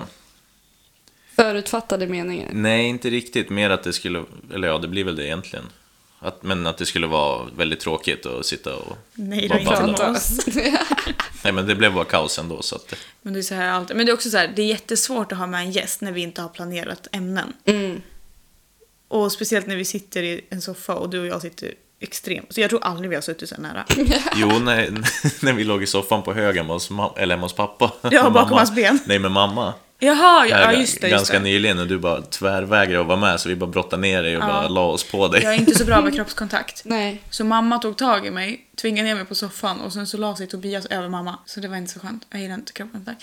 Förutfattade meningar. Nej, inte riktigt. Mer att det skulle... Eller ja, det blir väl det egentligen. Men att det skulle vara väldigt tråkigt att sitta och Nej, bara det är inte babbla. med oss. Nej, men det blev bara kaos ändå. Så att, Men det är så här alltid. Men det är också så här, det är jättesvårt att ha med en gäst när vi inte har planerat ämnen. Och speciellt när vi sitter i en soffa och du och jag sitter extremt. Så jag tror aldrig vi har suttit så nära. jo, när vi låg i soffan på högen hemma hos pappa. Ja, med bakom mamma. hans ben. Nej, med mamma. Jaha, ja, Här just det. ganska nyligen, och du bara tvärvägrade att vara med, så vi bara brottade ner dig och bara la oss på dig. Jag är inte så bra med kroppskontakt. Nej. Så mamma tog tag i mig, tvingade ner mig på soffan och sen så la sig Tobias över mamma. Så det var inte så skönt. Jag gillar inte kroppskontakt.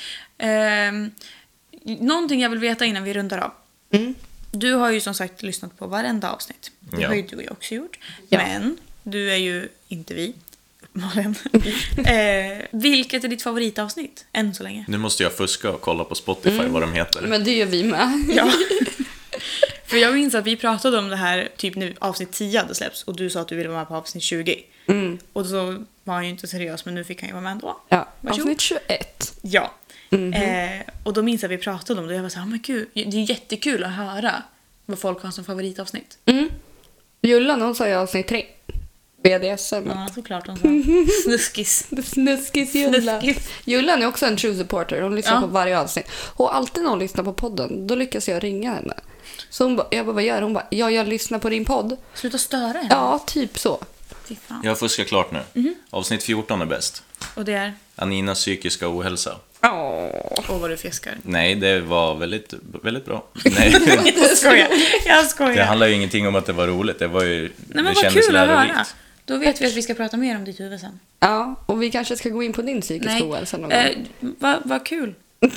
Någonting jag vill veta innan vi rundar av. Du har ju som sagt lyssnat på varenda avsnitt. Det har ju du och jag också gjort. Ja. Men du är ju inte vi. Uppenbarligen. Vilket är ditt favoritavsnitt än så länge? Nu måste jag fuska och kolla på Spotify vad de heter. Men det gör vi med. Ja. För jag minns att vi pratade om det här typ nu avsnitt 10 hade släppts och du sa att du ville vara med på avsnitt 20. Och så var han ju inte seriös, men nu fick han ju vara med ändå. Ja, Varsågod. avsnitt 21. Ja. Och då minns jag att vi pratade om det och jag var så här, men gud, det är jättekul att höra vad folk har som favoritavsnitt. Jullan, hon sa ju avsnitt 3. BDSM. Ja, såklart hon sa. Snuskis. Snuskis Julla. Snuskis. Jullan är också en true supporter. Hon lyssnar Ja. på varje avsnitt. Och alltid när hon lyssnar på podden, då lyckas jag ringa henne. Så hon jag bara, vad gör hon? Bara, jag lyssnar på din podd. Sluta störa henne. Ja, typ så. Fy fan. Jag fuskar klart nu. Avsnitt 14 är bäst. Och det är... Aninas psykiska ohälsa. Åh, vad du fiskar. Nej, det var väldigt, väldigt bra. Nej, Jag skojar. Jag det skojar. handlar ju ingenting om att det var roligt. Det var ju, Nej, men det vad kändes kul att höra. lärorikt. Då vet vi att vi ska prata mer om ditt huvud sen. Ja, och vi kanske ska gå in på din psykiska ohälsa någon gång. Vad kul.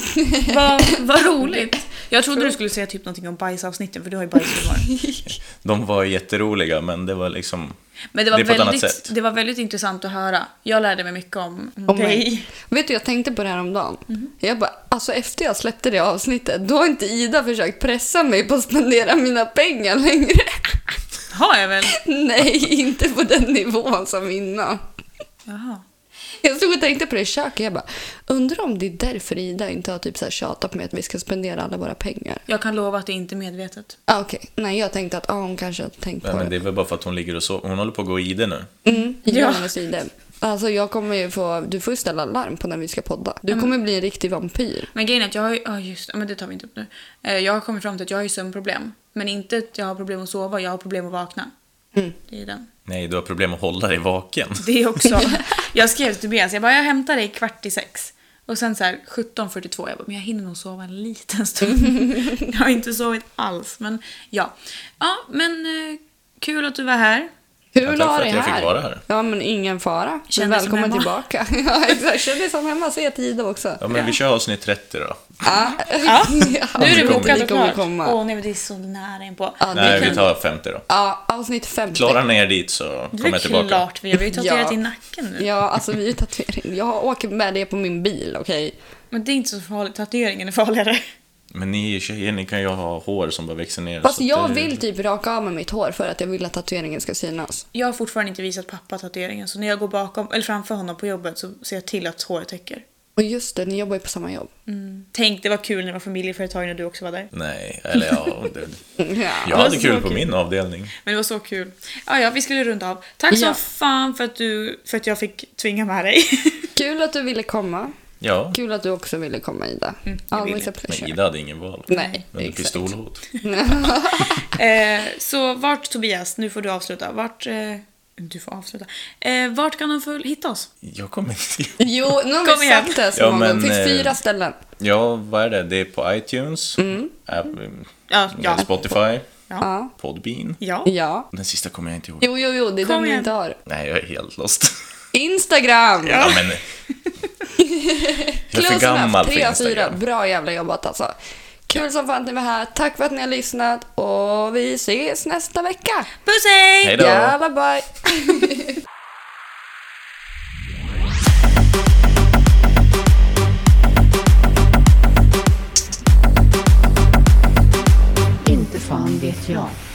Vad roligt. Jag trodde du skulle säga typ någonting om bajsavsnitten, för du har ju bajshumor. De var jätteroliga, men det var liksom... Men det var, Det är på ett annat sätt. det var väldigt intressant att höra. Jag lärde mig mycket om Om dig. mig. Vet du, jag tänkte på det här om dagen. Jag bara, alltså efter jag släppte det avsnittet, då har inte Ida försökt pressa mig på att spendera mina pengar längre. Har jag väl? Nej, inte på den nivån som innan. Jaha. Jag stod och tänkte på det i köket. Jag bara, undrar om det är därför Ida inte har typ så här tjatat på mig att vi ska spendera alla våra pengar. Jag kan lova att det inte är medvetet. Okej. Nej, jag tänkte att hon kanske har tänkt Nej, på men det det. är väl bara för att hon ligger och så. Hon håller på att gå i det nu. Ja. Alltså jag kommer ju du får ju ställa larm på när vi ska podda. Du kommer bli en riktig vampyr. Men grejen är att jag har ju... Ja, just men det tar vi inte upp nu. Jag har kommit fram till att jag har ju sömnproblem. Men inte att jag har problem att sova, jag har problem att vakna. Det är den. Nej, du har problem att hålla dig vaken. Det är också... Jag skrev till Tobias, jag hämtar dig 5:45. Och sen så här 17:42, jag bara, men jag hinner nog sova en liten stund. Jag har inte sovit alls, men ja. Ja, men kul att du var här. Kul tack att ha för dig att jag här. fick vara här. Ja, men ingen fara. Känn dig som Välkommen hemma. tillbaka. Ja, exakt. Känn dig som hemma. Se Ida också. Ja, men vi kör avsnitt 30 då. Ja. Nu är det kommer bokat vi och kommer klart. komma. Åh nej, men det är så nära inpå. Ja, Nej, det vi tar 50 då. Ja, avsnitt 50. Klarar ner dit så Det kommer är jag tillbaka. klart vi har ju tatuerat Ja. i nacken nu. Ja, alltså vi är tatuering. Jag åker med det på min bil, okej? Men det är inte så farligt, tatueringen är farligare. Men ni tjejer, ni kan ju ha hår som bara växer ner. Fast så jag det- vill typ raka av med mitt hår för att jag vill att tatueringen ska synas. Jag har fortfarande inte visat pappa tatueringen, så när jag går bakom eller framför honom på jobbet så ser jag till att håret täcker. Och just det, ni jobbar ju på samma jobb. Tänk, det var kul när det var familjeföretag när du också var där. Nej, eller ja. Ja. Jag hade så kul på kul. min avdelning. Men det var så kul. Ja, vi skulle runda av. Tack så Ja. fan för att jag fick tvinga med dig. Kul att du ville komma. Ja, Kul att du också ville komma, Ida. jag Always ville. a pleasure. men Ida hade ingen val. Nej, Under exakt. pistolhot. Så vart, Tobias, nu får du avsluta. Du får avsluta. Vart kan de få hitta oss? Jag kommer inte... Jo, nu har Kom vi igen. sagt det så Ja, många gånger. men, Det finns 4 ställen. Ja, vad är det? Det är på iTunes, Ja. Spotify, Ja. Podbean. Ja. Ja. Den sista kommer jag inte ihåg. Jo, det är Kom den vi igen. inte har. Nej, jag är helt lost. Instagram! Ja, men... Jag är för gammal för 3 av 4. Instagram. Bra jävla jobbat alltså. Kul som fan att ni var här. Tack för att ni har lyssnat. Och vi ses nästa vecka. Puss hej! Hej då! Ja, bye bye. Inte fan vet jag.